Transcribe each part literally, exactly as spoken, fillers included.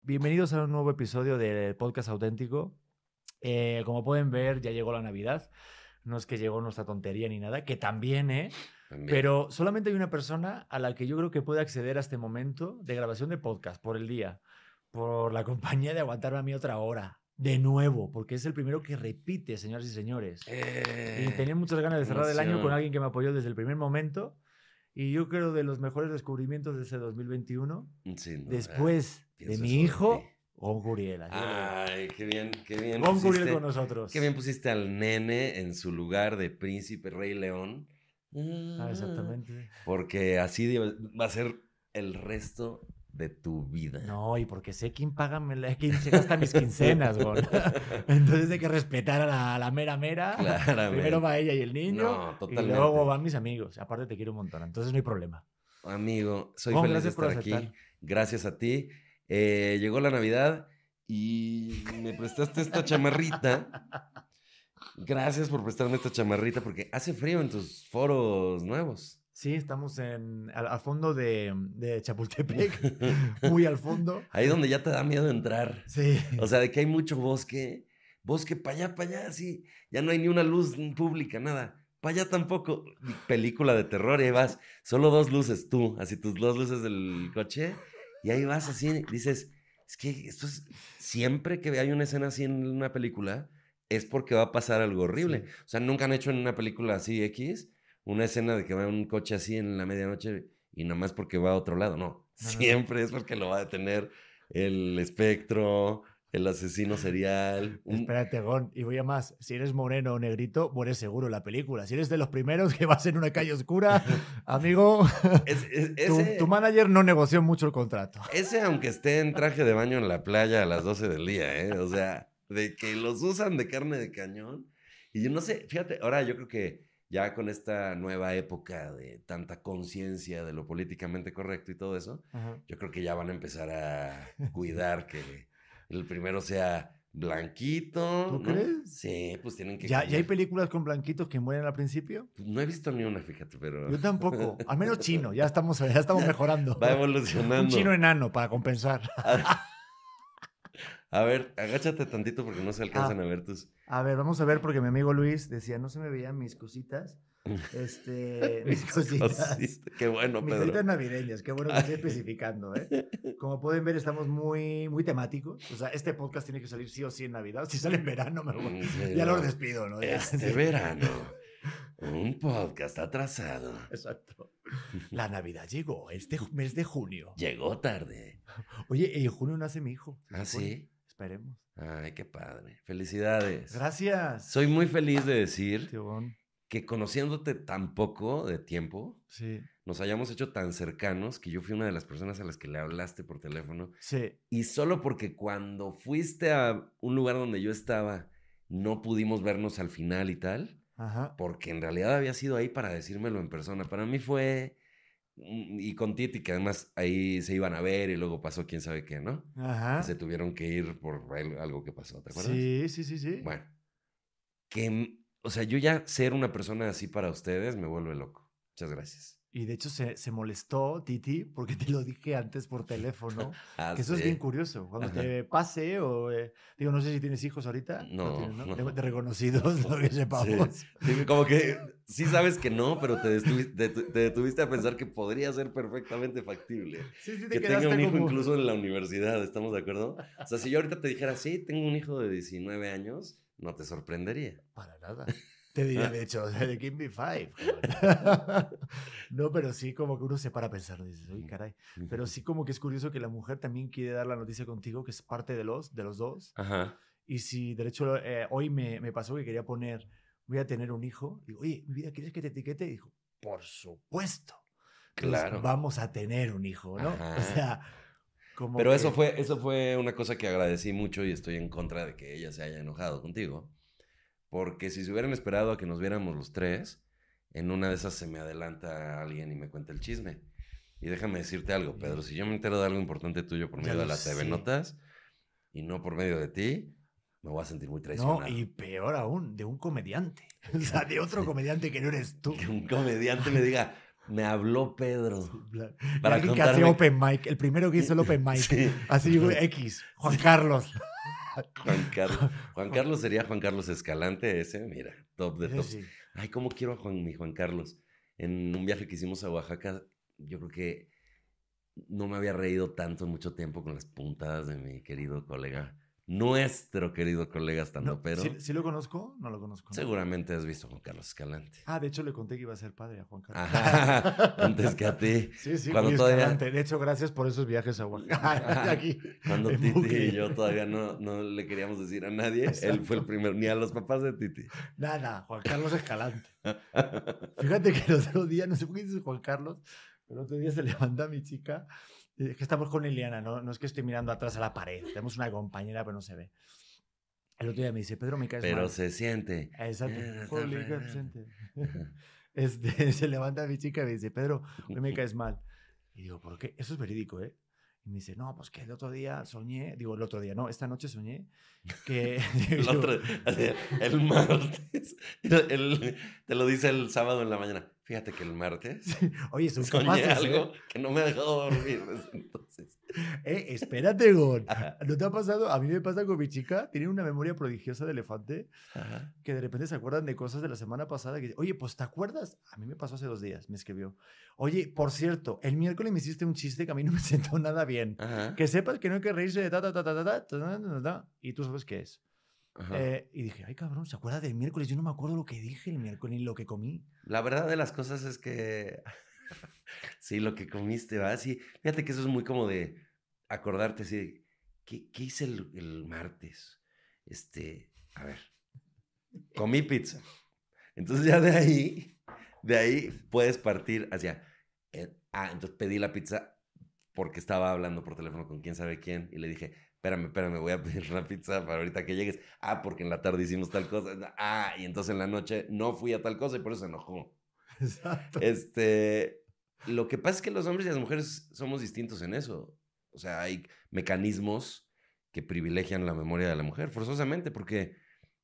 Bienvenidos a un nuevo episodio del Podcast Auténtico. Eh, como pueden ver, ya llegó la Navidad. No es que llegó nuestra tontería ni nada, que también, ¿eh? También. Pero solamente hay una persona a la que yo creo que puede acceder a este momento de grabación de podcast por el día, por la compañía de aguantarme a mí otra hora. De nuevo, porque es el primero que repite, señoras y señores. Eh, y tenía muchas ganas de cerrar el año con emoción. alguien que me apoyó desde el primer momento. Y yo creo de los mejores descubrimientos de ese dos mil veintiuno, Sin duda. después de Pienso mi eso de hijo, ti. Gon Curiel. así que lo digo. Ay, qué bien, qué bien Gon Curiel pusiste. con nosotros. Qué bien pusiste al nene en su lugar de príncipe rey león. Ah, exactamente. Porque así de- va a ser el resto de tu vida. No, y porque sé quién paga, me la- quién se gasta mis quincenas, Gon. Entonces hay que respetar a la, a la mera mera. Claramente. Primero va ella y el niño. No, Y totalmente. luego van mis amigos. Aparte te quiero un montón, entonces no hay problema. Amigo, soy Gon, feliz de gracias por estar aquí. aceptar. Gracias a ti. Eh, llegó la Navidad y me prestaste esta chamarrita. Gracias por prestarme esta chamarrita porque hace frío en tus foros nuevos. Sí, estamos en, al, al fondo de, de Chapultepec, muy al fondo. Ahí donde ya te da miedo entrar. Sí. O sea, de que hay mucho bosque. Bosque para allá, para allá, así. Ya no hay ni una luz pública, nada. Para allá tampoco. Película de terror y ahí vas. Solo dos luces, tú. Así tus dos luces del coche. Y ahí vas así. Dices, es que esto es... Siempre que hay una escena así en una película, es porque va a pasar algo horrible. Sí. O sea, nunca han hecho en una película así X una escena de que va un coche así en la medianoche y nada más porque va a otro lado. No, No, no, siempre es porque lo va a detener el espectro, el asesino serial. un- Espérate, Gon, y voy a más. Si eres moreno o negrito, mueres seguro en la película. Si eres de los primeros que vas en una calle oscura, amigo, Es- es- tu, ese, tu manager no negoció mucho el contrato. ese, aunque esté en traje de baño en la playa a las doce del día, ¿eh? O sea, de que los usan de carne de cañón. Y yo no sé, fíjate, ahora yo creo que ya con esta nueva época de tanta conciencia de lo políticamente correcto y todo eso, Ajá. yo creo que ya van a empezar a cuidar que el primero sea blanquito. ¿Tú ¿no? crees? Sí, pues tienen que ¿Ya, ¿Ya hay cambiar. películas con blanquitos que mueren al principio? No he visto ni una, fíjate, pero Yo tampoco. Al menos chino. Ya estamos, ya estamos mejorando. va evolucionando. Un chino enano para compensar. A, a ver, agáchate tantito porque no se alcanzan Ah. a ver tus... A ver, vamos a ver, porque mi amigo Luis decía, no se me veían mis cositas. Este, mis cositas. Cosita. Qué bueno, Mis Pedro. cositas navideñas, qué bueno que estoy especificando, ¿eh? Como pueden ver, estamos muy, muy temáticos. O sea, este podcast tiene que salir sí o sí en Navidad. Si sale en verano, me voy- Mm, sí, ya no. los despido, ¿no? Ya. Este verano, un podcast atrasado. Exacto. La Navidad llegó este ju- mes de junio. Llegó tarde. Oye, en junio nace mi hijo. se ¿Ah, supone. sí? Esperemos. Ay, qué padre. Felicidades. Gracias. Soy muy feliz de decir Tío Gon. que conociéndote tan poco de tiempo, Sí. nos hayamos hecho tan cercanos que yo fui una de las personas a las que le hablaste por teléfono. Sí. Y solo porque cuando fuiste a un lugar donde yo estaba, no pudimos vernos al final y tal, Ajá. porque en realidad había sido ahí para decírmelo en persona. Para mí fue... Y con Titi, que además ahí se iban a ver y luego pasó quién sabe qué, ¿no? Ajá. Que se tuvieron que ir por al- algo que pasó, ¿te acuerdas? Sí, sí, sí, sí. Bueno, que, o sea, yo ya ser una persona así para ustedes me vuelve loco. Muchas gracias. Y de hecho se, se molestó, Titi, porque te lo dije antes por teléfono. Ah, Que eso es sí. bien curioso. Cuando Ajá. te pase o... eh, digo, no sé si tienes hijos ahorita. No, tienes, ¿no? no. De, de reconocidos, lo que sepamos. Sí, sí, como que sí sabes que no, pero te, detuvi- te, te detuviste a pensar que podría ser perfectamente factible. Sí, sí, te Que tenga quedaste un hijo como... incluso en la universidad, ¿estamos de acuerdo? O sea, si yo ahorita te dijera, sí, tengo un hijo de diecinueve años, no te sorprendería. Para nada. Te diría, de hecho, de Give Me Five. cabrón. No, pero sí como que uno se para a pensar, dices, uy, caray. Pero sí como que es curioso que la mujer también quiere dar la noticia contigo, que es parte de los, de los dos. Ajá. Y si, de hecho, eh, hoy me, me pasó que quería poner, voy a tener un hijo. Digo, oye, mi vida, ¿quieres que te etiquete? Y dijo, por supuesto. Entonces, Claro. vamos a tener un hijo, ¿no? Ajá. O sea, como Pero que- eso fue, eso fue una cosa que agradecí mucho y estoy en contra de que ella se haya enojado contigo. Porque si se hubieran esperado a que nos viéramos los tres, en una de esas se me adelanta alguien y me cuenta el chisme. Y déjame decirte algo, Pedro, si yo me entero de algo importante tuyo por Ya medio de lo las T V sé. Notas y no por medio de ti, me voy a sentir muy No, traicionado. y peor aún, de un comediante. O sea, de otro comediante que no eres tú. Que un comediante me diga, Me habló Pedro. Sí, bla- Para alguien que hace contarme. open mic, el primero que hizo el open mic. Sí. Así, güey, X, Juan Carlos. Juan Carlos. Juan Carlos sería Juan Carlos Escalante, ese, mira, top de Ese tops. sí. Ay, cómo quiero a Juan, mi Juan Carlos. En un viaje que hicimos a Oaxaca, yo creo que no me había reído tanto en mucho tiempo con las puntadas de mi querido colega, nuestro querido colega No, standupero. ¿sí, sí lo conozco? No lo conozco. ¿no? Seguramente has visto a Juan Carlos Escalante. Ah, de hecho le conté que iba a ser padre a Juan Carlos. Ajá, antes que a ti. Sí, sí, Cuando muy todavía- Escalante. De hecho, gracias por esos viajes a Oaxaca. Aquí, Cuando en Titi bucle. y yo todavía no, no le queríamos decir a nadie, él fue el primero, ni a los papás de Titi. Nada, Juan Carlos Escalante. Fíjate que el otro día, no sé por qué dices Juan Carlos, pero el otro día se levanta mi chica. Es que estamos con Liliana, ¿no? No es que estoy mirando atrás a la pared. Tenemos una compañera, pero no se ve. El otro día me dice, Pedro, me caes Pero mal. se siente. Exacto. Eh, está Holy fregado. God, gente. Este, se levanta mi chica y me dice, Pedro, hoy me caes mal. Y digo, ¿por qué? Eso es verídico, ¿eh? Y me dice, no, pues que el otro día soñé, digo, el otro día, no, esta noche soñé que... El, otro, el martes, el- el- te lo dice el sábado en la mañana. Fíjate que el martes Oye, son soñé capaces, algo ¿eh? que no me ha dejado dormir desde entonces. Eh, espérate, Gon. Ajá, ¿No te ha pasado? A mí me pasa con mi chica, tiene una memoria prodigiosa de elefante, ajá. que de repente se acuerdan de cosas de la semana pasada que dice, oye, pues ¿te acuerdas? A mí me pasó hace dos días, me escribió. Oye, por cierto, el miércoles me hiciste un chiste que a mí no me sentó nada bien. Ajá, Que sepas que no hay que reírse de ta, ta, ta, ta, ta, ta, ta, ta, ta, ta, y tú sabes qué es. ajá. Eh, y dije, ay, cabrón, ¿se acuerda del miércoles? Yo no me acuerdo lo que dije el miércoles ni lo que comí. La verdad de las cosas es que sí, lo que comiste, ¿va? Sí, fíjate que eso es muy como de acordarte así de, ¿qué, qué hice el, el martes? Este, a ver, comí pizza. Entonces ya de ahí, de ahí puedes partir hacia, eh, ah, entonces pedí la pizza porque estaba hablando por teléfono con quién sabe quién y le dije, espérame, espérame, voy a pedir una pizza para ahorita que llegues. Ah, porque en la tarde hicimos tal cosa. Ah, y entonces en la noche no fui a tal cosa y por eso se enojó. Exacto. Este, lo que pasa es que los hombres y las mujeres somos distintos en eso. O sea, hay mecanismos que privilegian la memoria de la mujer, forzosamente, porque,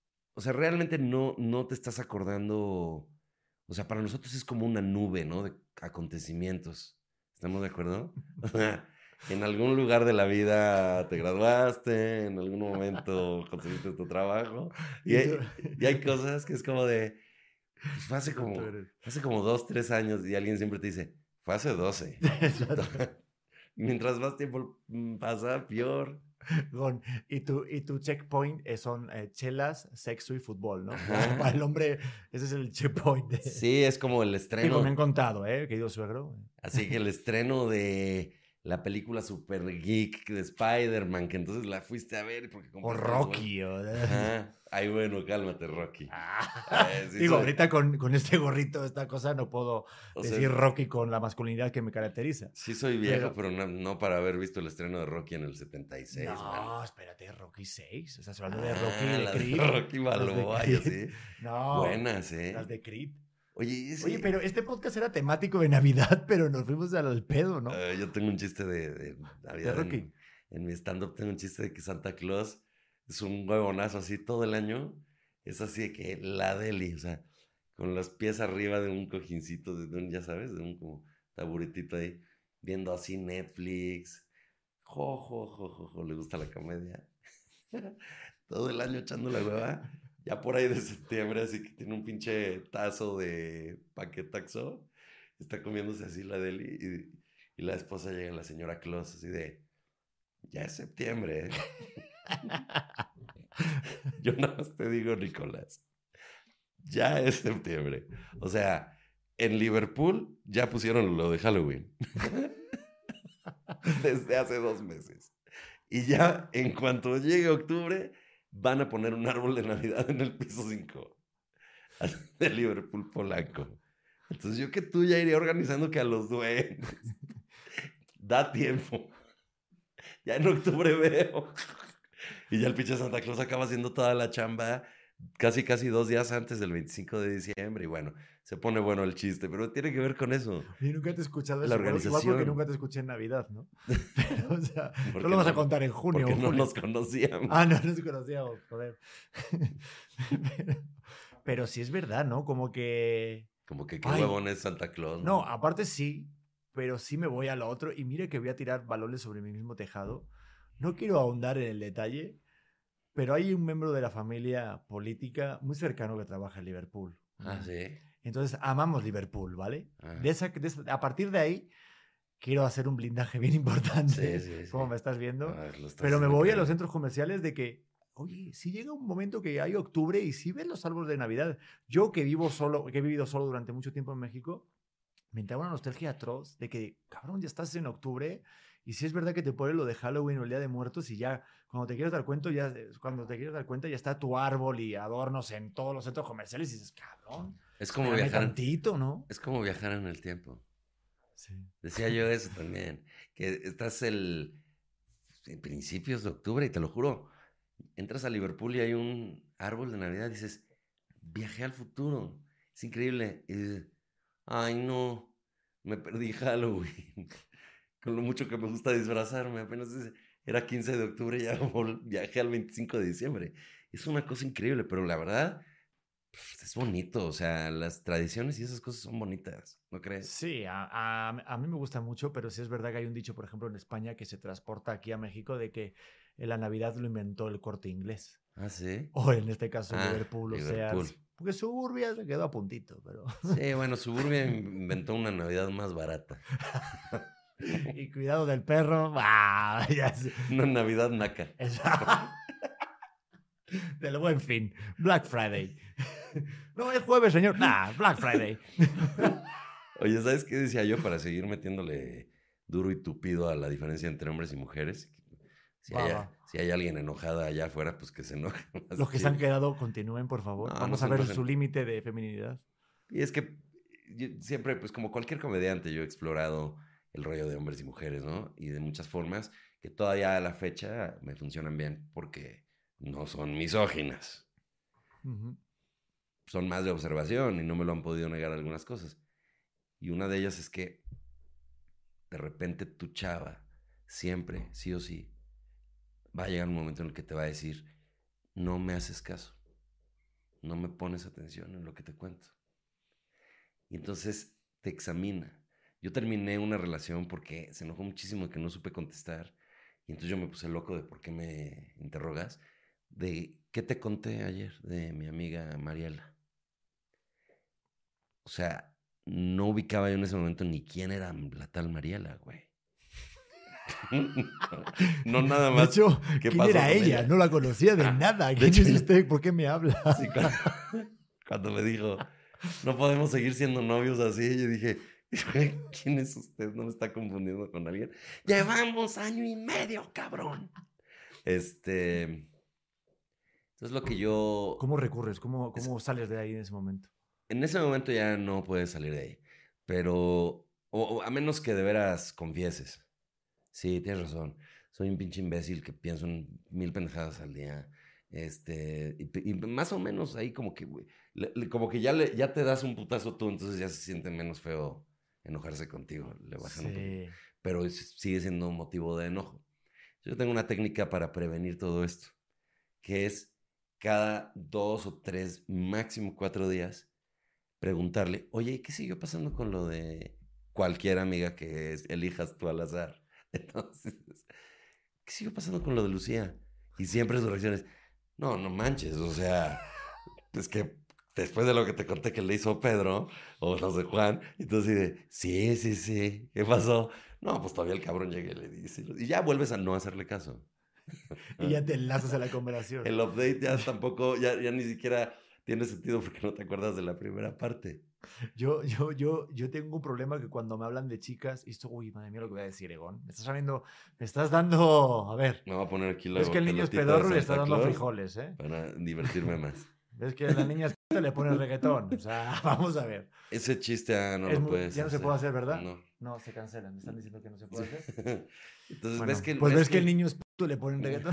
o sea, realmente no, no te estás acordando. O sea, para nosotros es como una nube, ¿no? De acontecimientos. ¿Estamos de acuerdo? O sea, en algún lugar de la vida te graduaste, en algún momento conseguiste tu trabajo. Y Y hay, tú- y hay cosas que es como de. Pues fue hace Tú como, eres. hace como dos, tres años y alguien siempre te dice, fue hace doce. Exacto. Mientras más tiempo mm, pasa, peor. Gon, y tu, y tu checkpoint eh, son eh, chelas, sexo y fútbol, ¿no? Ajá. Para el hombre, ese es el checkpoint. De... Sí, es como el Digo, me han estreno. contado, ¿eh? Querido suegro. Así que el estreno de la película super geek de Spider-Man, que entonces la fuiste a ver porque O compraste los Rocky. O... boletos. Ajá. Ay, bueno, cálmate, Rocky. Ah, Eh, sí digo, soy- ahorita con, con este gorrito, esta cosa, no puedo o sea, decir Rocky con la masculinidad que me caracteriza. sí soy viejo, pero- pero, no, no para haber visto el estreno de Rocky en el setenta y seis, No, man. espérate, Rocky seis. Estás hablando de Ah, Rocky y de la Creed. Rocky Las de Balboa y Creed. así. No, Buenas, ¿eh? las de Creed. Oye, ese- Oye, pero este podcast era temático de Navidad, pero nos fuimos al, al pedo, ¿no? Eh, yo tengo un chiste de, de Navidad. De Rocky. En, en mi stand-up tengo un chiste de que Santa Claus es un huevonazo así todo el año. Es así de que la deli, o sea, con los pies arriba de un cojincito, de un, ya sabes, de un como taburetito ahí, viendo así Netflix. Jo, jo, jo, jo, jo, le gusta la comedia. Todo el año echando la hueva. Ya por ahí de septiembre, así que tiene un pinche tazo de paquetaxo. Está comiéndose así la deli y, y la esposa llega, la señora Claus, así de, ya es septiembre, ¿eh? Yo nada más te digo, Nicolás, ya es septiembre. O sea, en Liverpool ya pusieron lo de Halloween. Desde hace dos meses. Y ya en cuanto llegue octubre, van a poner un árbol de Navidad en el piso cinco de Liverpool polaco. Entonces yo que tú ya iría organizando que a los duendes. Da tiempo. Ya en octubre veo. Y ya el pinche Santa Claus acaba haciendo toda la chamba casi, casi dos días antes del veinticinco de diciembre. Y bueno, se pone bueno el chiste, pero tiene que ver con eso. Y nunca te he escuchado La eso. Igual- Igual porque organización. nunca te escuché en Navidad, ¿no? Pero, o sea, Porque no lo vas a no- contar en junio. Porque o no julio. nos conocíamos. Ah, no nos conocíamos, joder. Pero, pero sí es verdad, ¿no? Como que Como que qué Ay. huevón es Santa Claus. No, aparte sí, pero sí me voy al otro. Y mire que voy a tirar balones sobre mi mismo tejado. No quiero ahondar en el detalle, pero hay un miembro de la familia política muy cercano que trabaja en Liverpool. Ah, ¿no? sí. Entonces, amamos Liverpool, ¿vale? Ah. De esa, de esa- a partir de ahí, quiero hacer un blindaje bien importante, Sí, sí, sí. como me estás viendo. Ah, lo estás Pero me haciendo voy a increíble. los centros comerciales de que, oye, si llega un momento que hay octubre y si ves los árboles de Navidad, yo que vivo solo, que he vivido solo durante mucho tiempo en México, me entraba una nostalgia atroz de que, cabrón, ya estás en octubre y si es verdad que te ponen lo de Halloween o el Día de Muertos y ya, cuando te quieres dar cuenta, ya, cuando te quieres dar cuenta, ya está tu árbol y adornos en todos los centros comerciales y dices, cabrón, Es como espérame viajar. tantito, ¿no? Es como viajar en el tiempo. Sí. Decía yo eso también. Que estás el. En principios de octubre, y te lo juro. Entras a Liverpool y hay un árbol de Navidad y dices, viajé al futuro. Es increíble. Y dices, ay, no, me perdí Halloween. Con lo mucho que me gusta disfrazarme. Apenas es- era quince de octubre y ya vol- viajé al veinticinco de diciembre. Es una cosa increíble, pero la verdad, pues, es bonito. O sea, las tradiciones y esas cosas son bonitas, ¿no crees? Sí, a, a- a mí me gusta mucho, pero sí es verdad que hay un dicho, por ejemplo, en España que se transporta aquí a México de que en la Navidad lo inventó el Corte Inglés. Ah, sí. O en este caso Ah, Liverpool, o sea, Liverpool. porque Suburbia se quedó a puntito, pero... Sí, bueno, Suburbia inventó una Navidad más barata. Y cuidado del perro, ¡ah! Ya sé. Una Navidad naca. Esa- Del buen fin, Black Friday. No, es jueves, señor. Nah, Black Friday. Oye, ¿sabes qué decía yo para seguir metiéndole duro y tupido a la diferencia entre hombres y mujeres? Si Va, hay, va. si hay alguien enojada allá afuera, pues que se enoje más Los que se han chido. quedado, continúen, por favor. No, no Vamos se a ver enojen. su límite de feminidad. Y es que yo siempre, pues como cualquier comediante, yo he explorado el rollo de hombres y mujeres, ¿no? Y de muchas formas que todavía a la fecha me funcionan bien porque no son misóginas. Ujú. Son más de observación y no me lo han podido negar algunas cosas. Y una de ellas es que de repente tu chava, siempre, sí o sí, va a llegar un momento en el que te va a decir, no me haces caso, no me pones atención en lo que te cuento. Y entonces te examina. Yo terminé una relación porque se enojó muchísimo de que no supe contestar. Y entonces yo me puse loco de por qué me interrogas. De qué te conté ayer de mi amiga Mariela. O sea, no ubicaba yo en ese momento ni quién era la tal Mariela, güey. No, nada De más. hecho, ¿Qué ¿quién pasó era con ella? ella? No la conocía de Ah, nada. de ¿Quién hecho, es yo- usted? ¿Por qué me habla? Sí, cuando, cuando me dijo, no podemos seguir siendo novios así, yo dije, ¿quién es usted? ¿No me está confundiendo con alguien? Llevamos año y medio, cabrón. Este. Entonces, lo que yo. ¿Cómo recurres? ¿Cómo, Es- cómo sales de ahí en ese momento? En ese momento ya no puedes salir de ahí. Pero. O, o a menos que de veras confieses. Sí, tienes razón. Soy un pinche imbécil que pienso en mil pendejadas al día. Este, y, pe- y más o menos ahí como que, güey, le- le- como que ya, le, ya te das un putazo tú, entonces ya se siente menos feo enojarse contigo. Le bajan un poquito. Sí. Pero es- sigue siendo un motivo de enojo. Yo tengo una técnica para prevenir todo esto, que es cada dos o tres, máximo cuatro días, preguntarle, oye, ¿qué siguió pasando con lo de cualquier amiga que es- elijas tú al azar? Entonces, ¿qué siguió pasando con lo de Lucía? Y siempre su reacción es, no, no manches, o sea, es que después de lo que te conté que le hizo Pedro, o no sé, Juan, entonces de, sí, sí, sí, ¿qué pasó? No, pues todavía el cabrón llega y le dice, y ya vuelves a no hacerle caso. Y ya te enlazas a la conversación. El update ya tampoco, ya, ya ni siquiera tiene sentido porque no te acuerdas de la primera parte. Yo, yo, yo, yo tengo un problema que cuando me hablan de chicas, y esto, uy, madre mía, lo que voy a decir, Egon. Me estás sabiendo, me estás dando, a ver, Me voy a poner aquí la ves que el niño es pelotita de pedorro y le está Santa dando Claus frijoles, ¿eh? para divertirme más. Ves que la niña es p- le pone reggaetón. O sea, vamos a ver. Ese chiste ah, no Es lo muy- puedes ya no se hacer. puede hacer, ¿verdad? No. No, se cancelan. Me están diciendo que no se puede hacer. Entonces, Bueno, ves que... pues ves que el niño es p- le ponen reggaetón.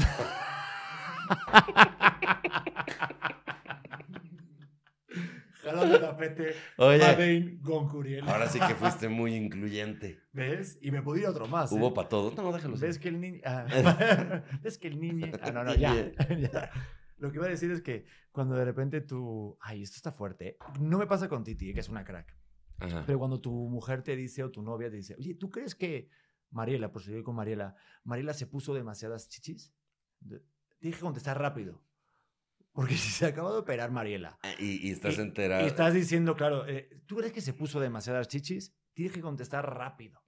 Jalón de tapete. Oye. Madein Goncuriel. Ahora sí que fuiste muy incluyente. ¿Ves? Y me puedo ir a otro más. Hubo ¿eh? para todos. No, déjalo. ¿Ves ser. que el niño... ah, ¿Ves que el niño... Ah, no, no, ya. Ya. Lo que iba a decir es que cuando de repente tú... Ay, esto está fuerte. ¿eh? No me pasa con Titi, que es una crack. Ajá. Pero cuando tu mujer te dice o tu novia te dice, oye, ¿tú crees que Mariela, por seguir con Mariela, Mariela se puso demasiadas chichis? De- Tienes que contestar rápido. Porque si se acaba de operar Mariela Ah, Y, y estás y, y enterado. estás diciendo, claro, eh, ¿tú crees que se puso demasiadas chichis? Tienes que contestar rápido.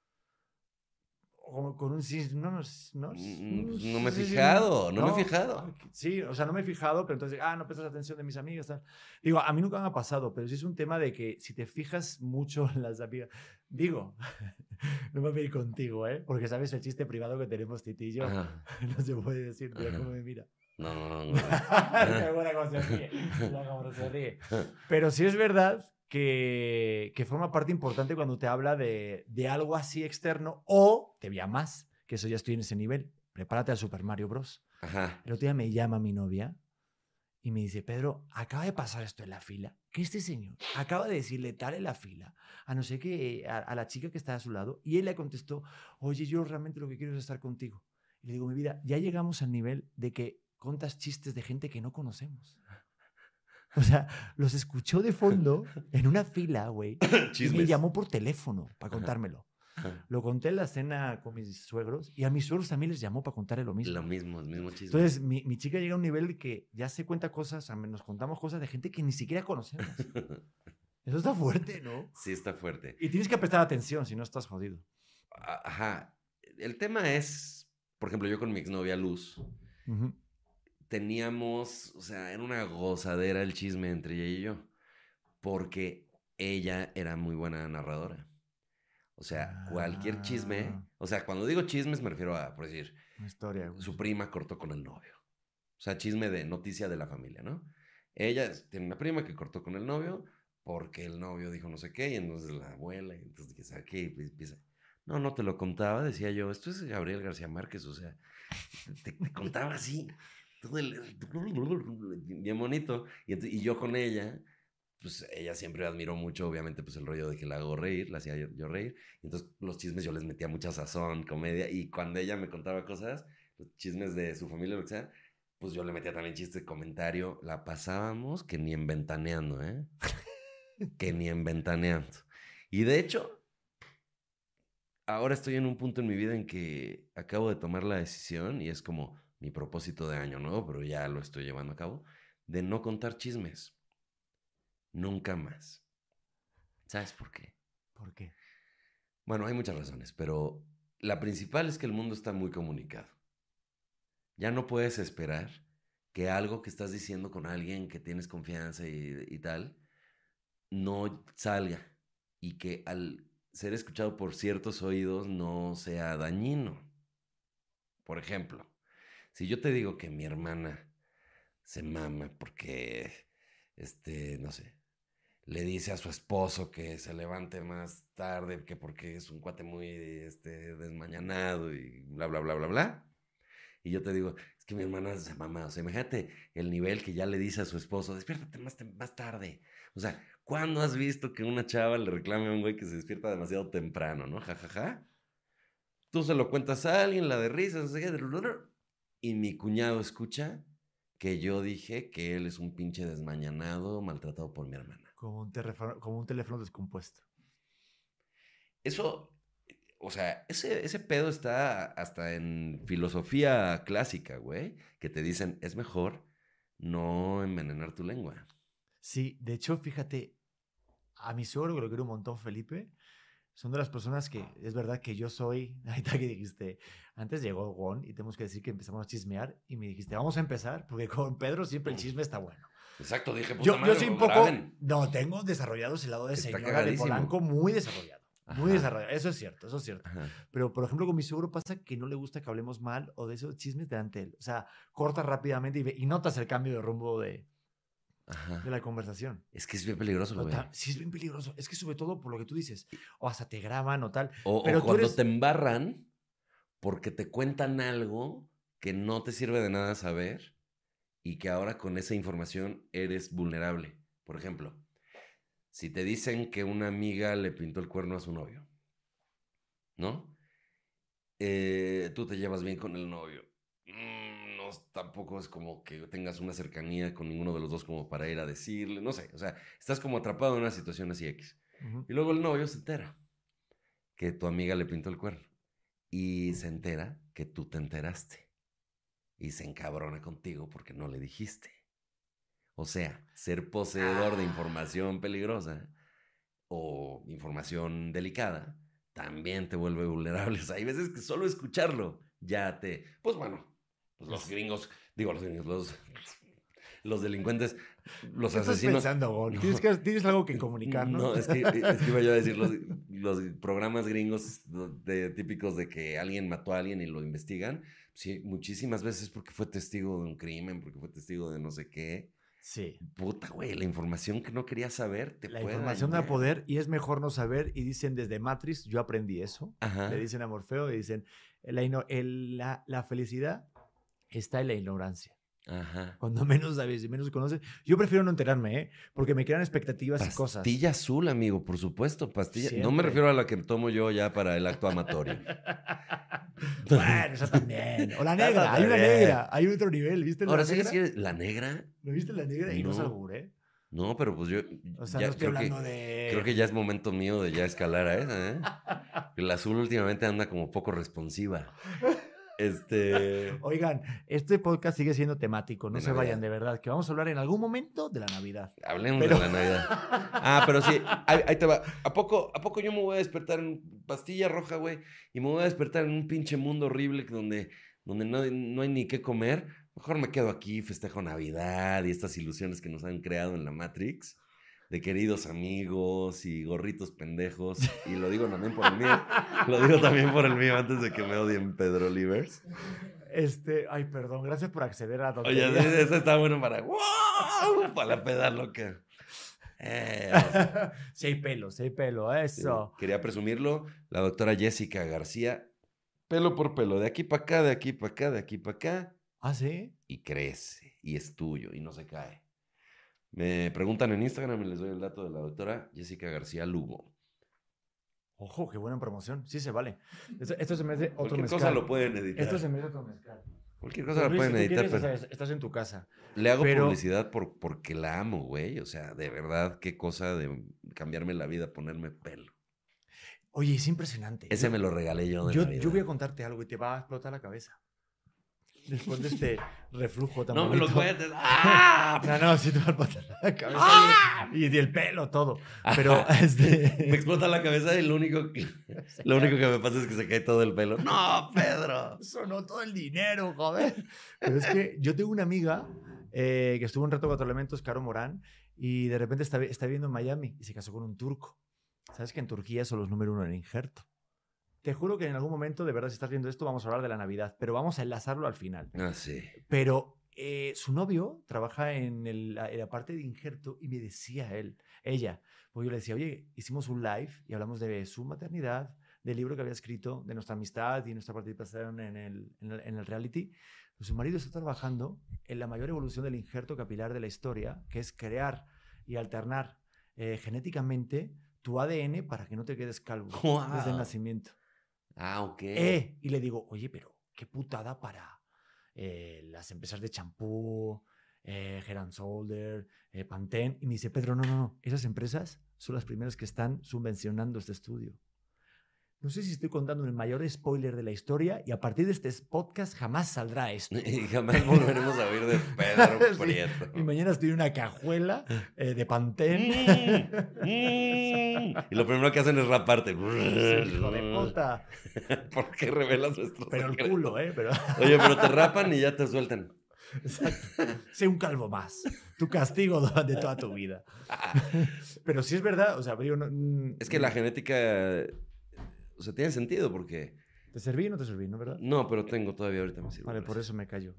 O con un sí, no, no, no, Mm, pues no sí, me he sí, sí, fijado, no me he no, fijado. ah, que- sí, o sea, no me he fijado, pero entonces, ah, no prestas atención de mis amigas, tal. Digo, a mí nunca me ha pasado, pero sí es un tema de que si te fijas mucho en las amigas, digo, no me voy a ir contigo, ¿eh? Porque sabes el chiste privado que tenemos Titi y yo, Ajá, no se puede decir, mira ajá. cómo me mira. No, no, no. Qué buena cómo se ríe, mira cómo se ríe. Pero sí es verdad que, que forma parte importante cuando te habla de, de algo así externo o te vea más, que eso ya estoy en ese nivel. Prepárate al Super Mario Bros. Ajá. El otro día me llama mi novia y me dice, Pedro, acaba de pasar esto en la fila, que este señor acaba de decirle tal en la fila a no sé qué, a, a la chica que está a su lado, y él le contestó, oye, yo realmente lo que quiero es estar contigo. Y le digo, mi vida, ya llegamos al nivel de que contas chistes de gente que no conocemos. O sea, los escuchó de fondo en una fila, güey, y me Chismes. llamó por teléfono para Ajá. contármelo. Ajá. Lo conté en la cena con mis suegros y a mis suegros también les llamó para contarle lo mismo. Lo mismo, el mismo chisme. Entonces, mi, mi chica llega a un nivel de que ya se cuenta cosas, a nos contamos cosas de gente que ni siquiera conocemos. Eso está fuerte, ¿no? Sí, está fuerte. Y tienes que prestar atención, si no estás jodido. A- Ajá. El tema es, por ejemplo, yo con mi exnovia Luz, Ujú. teníamos, o sea, era una gozadera el chisme entre ella y yo, porque ella era muy buena narradora. O sea, cualquier chisme, Ah, o sea, cuando digo chismes me refiero a, por decir, una historia, güey. su prima cortó con el novio. O sea, chisme de noticia de la familia, ¿no? Ella es- tiene una prima que cortó con el novio porque el novio dijo no sé qué, y entonces la abuela, y entonces que sabe qué, y pues empieza. No, no te lo contaba, decía yo, esto es Gabriel García Márquez, o sea, te, te contaba así, todo el, bien bonito. Y, ent- y yo con ella, pues ella siempre admiró mucho, obviamente, pues el rollo de que la hago reír, la hacía yo, yo reír. Y entonces los chismes yo les metía mucha sazón, comedia, y cuando ella me contaba cosas, los chismes de su familia, lo que sea, pues yo le metía también chiste, comentario, la pasábamos que ni en ventaneando, ¿eh? Que ni en ventaneando. Y de hecho, ahora estoy en un punto en mi vida en que acabo de tomar la decisión, y es como mi propósito de año nuevo, pero ya lo estoy llevando a cabo, de no contar chismes. Nunca más. ¿Sabes por qué? ¿Por qué? Bueno, hay muchas razones, pero la principal es que el mundo está muy comunicado. Ya no puedes esperar que algo que estás diciendo con alguien que tienes confianza y, y tal, no salga y que al ser escuchado por ciertos oídos no sea dañino. Por ejemplo, si yo te digo que mi hermana se mama porque, este, no sé, le dice a su esposo que se levante más tarde que porque es un cuate muy este, desmañanado y bla, bla, bla, bla, bla. Y yo te digo, es que mi hermana se mama. O sea, imagínate el nivel que ya le dice a su esposo, despiértate más, tem- más tarde. O sea, ¿cuándo has visto que una chava le reclame a un güey que se despierta demasiado temprano, no? Ja, ja, ja. Tú se lo cuentas a alguien, la de risas, no sé qué. Y mi cuñado escucha que yo dije que él es un pinche desmañanado maltratado por mi hermana. Como un, terrefo- como un teléfono descompuesto. Eso, o sea, ese, ese pedo está hasta en filosofía clásica, güey, que te dicen, es mejor no envenenar tu lengua. Sí, de hecho, fíjate, a mi suegro, que lo quiero un montón, Felipe, son de las personas que, es verdad que yo soy, ahorita que dijiste, antes llegó Gon y tenemos que decir que empezamos a chismear y me dijiste, vamos a empezar, porque con Pedro siempre el chisme está bueno. Exacto, dije, puta Yo, yo madre, soy un lo poco, graben. no, tengo desarrollado ese lado de Está señora de cagadísimo. Polanco muy desarrollado, muy Ajá. desarrollado, eso es cierto, eso es cierto. Ajá. Pero, por ejemplo, con mi suegro pasa que no le gusta que hablemos mal o de esos chismes delante de él. O sea, cortas rápidamente y, ve- y notas el cambio de rumbo de, Ajá. de la conversación. Es que es bien peligroso, Pero güey. ta- sí es bien peligroso. Es que sobre todo por lo que tú dices, o hasta te graban o tal. O, Pero o tú cuando eres... te embarran porque te cuentan algo que no te sirve de nada saber y que ahora con esa información eres vulnerable. Por ejemplo, si te dicen que una amiga le pintó el cuerno a su novio, ¿no? Eh, tú te llevas bien con el novio. Mm, no, tampoco es como que tengas una cercanía con ninguno de los dos como para ir a decirle, no sé, o sea, estás como atrapado en una situación así X. Ujú. Y luego el novio se entera que tu amiga le pintó el cuerno y se entera que tú te enteraste y se encabrona contigo porque no le dijiste. O sea, ser poseedor de información peligrosa o información delicada también te vuelve vulnerable. O sea, hay veces que solo escucharlo ya te... Pues bueno, pues los gringos, digo los gringos, los, los delincuentes, los ¿Qué estás asesinos... pensando, Gol? No, ¿Tienes, que, ¿Tienes algo que comunicar, no? no, es que, es que iba yo a decir los, los programas gringos de, típicos de que alguien mató a alguien y lo investigan. Sí, muchísimas veces porque fue testigo de un crimen, porque fue testigo de no sé qué. Sí. Puta, güey, la información que no querías saber te La puede información da dañar. poder y es mejor no saber. Y dicen desde Matrix, yo aprendí eso. Ajá. Le dicen a Morfeo y dicen, la, ino- el- la, la felicidad está en la ignorancia. Ajá. Cuando menos sabes y menos conoces. Yo prefiero no enterarme, ¿eh? Porque me crean expectativas y cosas. Pastilla azul, amigo, por supuesto. Pastilla. Siempre. No me refiero a la que tomo yo ya para el acto amatorio. Bueno, esa también. O la Esa negra, hay una también. negra, hay otro nivel, ¿viste la Ahora sí, negra? sí, ¿la negra? ¿Lo viste la negra? Y no es No. albur, ¿eh? No, pero pues yo. O sea, ya no estoy creo hablando que, de... Creo que ya es momento mío de ya escalar a esa, ¿eh? El azul últimamente anda como poco responsiva. Este. Oigan, este podcast sigue siendo temático, no De se Navidad. vayan de verdad, que vamos a hablar en algún momento de la Navidad. Hablemos Pero- de la Navidad. Ah, pero sí, ahí, ahí te va. ¿A poco, ¿A poco yo me voy a despertar en pastilla roja, güey? Y me voy a despertar en un pinche mundo horrible donde, donde no, no hay ni qué comer. Mejor me quedo aquí, festejo Navidad y estas ilusiones que nos han creado en la Matrix. De queridos amigos y gorritos pendejos. Y lo digo también por el mío. Lo digo también por el mío antes de que me odien Pedro Livers. Este, ay, perdón, gracias por acceder a donde. Oye, eso está bueno para... ¡Wow! Para la peda loca. Eh, Sí hay pelo, sí hay pelo, sí, eso. quería presumirlo. La doctora Jessica García. Pelo por pelo. De aquí para acá, de aquí para acá, de aquí para acá. ¿Ah, sí? Y crece. Y es tuyo. Y no se cae. Me preguntan en Instagram y les doy el dato de la doctora Jessica García Lugo. Ojo, qué buena promoción. Sí se vale. Esto, esto se me hace otro Cualquier mezcal. cosa lo pueden editar. Esto se me hace otro mezcal. Cualquier cosa Pero la Luis, pueden si tú editar. quieres, Pero... o sea, estás en tu casa. Le hago Pero- publicidad por, porque la amo, güey. O sea, de verdad, qué cosa de cambiarme la vida, ponerme pelo. Oye, es impresionante. Ese yo, me lo regalé yo de yo, Navidad. yo voy a contarte algo y te va a explotar la cabeza. Después de este reflujo tan No me lo bonito. cuentes. ¡Ah! No, no, sí te va a explotar la cabeza. ¡Ah! Y, y el pelo, todo. Pero, este... Me explota la cabeza y lo único, que, lo único que me pasa es que se cae todo el pelo. ¡No, Pedro! Sonó todo el dinero, joder. Pero es que yo tengo una amiga eh, que estuvo un rato Cuatro Elementos, Caro Morán, y de repente está, está viviendo en Miami y se casó con un turco. ¿Sabes que en Turquía son los número uno en injerto? Te juro que en algún momento, de verdad, si estás viendo esto, vamos a hablar de la Navidad, pero vamos a enlazarlo al final. Ah, sí. Pero eh, su novio trabaja en, el, la, en la parte de injerto y me decía él, ella, porque yo le decía, oye, hicimos un live y hablamos de su maternidad, del libro que había escrito, de nuestra amistad y nuestra participación en el, en el, en el reality. Pues su marido está trabajando en la mayor evolución del injerto capilar de la historia, que es crear y alternar eh, genéticamente tu A D N para que no te quedes calvo Wow. desde el nacimiento. Ah, ok. Eh, y le digo, oye, pero qué putada para eh, las empresas de champú, eh, Head and Shoulder, eh, Pantene. Y me dice, Pedro, no, no, no, esas empresas son las primeras que están subvencionando este estudio. No sé si estoy contando el mayor spoiler de la historia y a partir de este podcast jamás saldrá esto. Y jamás volveremos a oír de Pedro Sí. Prieto. Y mañana estoy en una cajuela eh, de Pantene. Mm, mm. Y lo primero que hacen es raparte. Hijo de puta. ¿Por qué revelas nuestros Pero el secretos? culo, ¿eh? Pero... Oye, pero te rapan y ya te sueltan. Exacto. Sé un calvo más. Tu castigo de toda tu vida. Pero sí es verdad, o sea, yo no, mm, Es que la genética, o sea, tiene sentido porque... ¿Te serví o no te serví, no, verdad? No, pero tengo todavía ahorita me sirve. Vale, por gracias. eso me callo.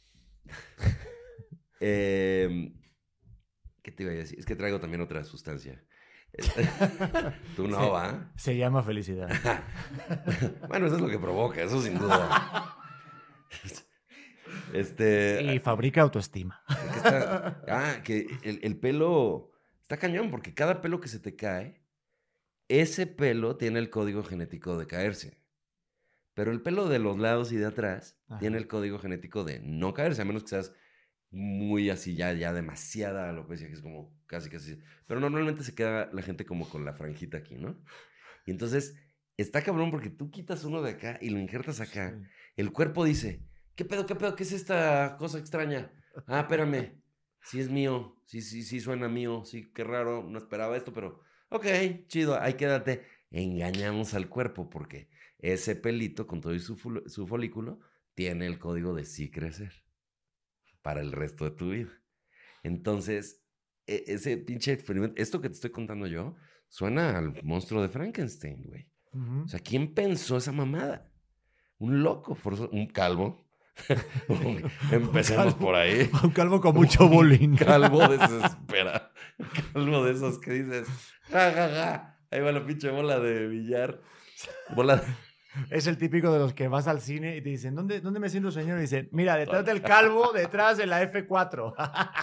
Eh, ¿Qué te iba a decir? Es que traigo también otra sustancia. Tú no, Sí. ¿va? Se llama felicidad. Bueno, eso es lo que provoca, eso sin duda. Este... Y fabrica autoestima. que está- ah, que el, el pelo está cañón porque cada pelo que se te cae, ese pelo tiene el código genético de caerse. Pero el pelo de los lados y de atrás Ajá. tiene el código genético de no caerse, a menos que seas muy así, ya, ya demasiada alopecia, que es como casi, casi. Pero normalmente se queda la gente como con la franjita aquí, ¿no? Y entonces está cabrón porque tú quitas uno de acá y lo injertas acá. Sí. El cuerpo dice, ¿qué pedo, qué pedo? ¿Qué es esta cosa extraña? Ah, espérame. Sí es mío. Sí, sí, sí suena mío. Sí, qué raro. No esperaba esto, pero ok, chido. Ahí quédate. Engañamos al cuerpo porque ese pelito con todo y su, fol- su folículo tiene el código de sí crecer para el resto de tu vida. Entonces, e- ese pinche experimento, esto que te estoy contando yo, suena al monstruo de Frankenstein, güey. Ujú. O sea, ¿quién pensó esa mamada? Un loco, forzo- un calvo. Un- Empecemos calvo, por ahí. un calvo con mucho Un bullying. calvo desespera. Un calvo de esos que dices, ja, ja, ja. Ahí va la pinche bola de billar. Bola de... Es el típico de los que vas al cine y te dicen, ¿dónde, dónde me siento, señor? Y dicen, mira, detrás del calvo, detrás de la F cuatro.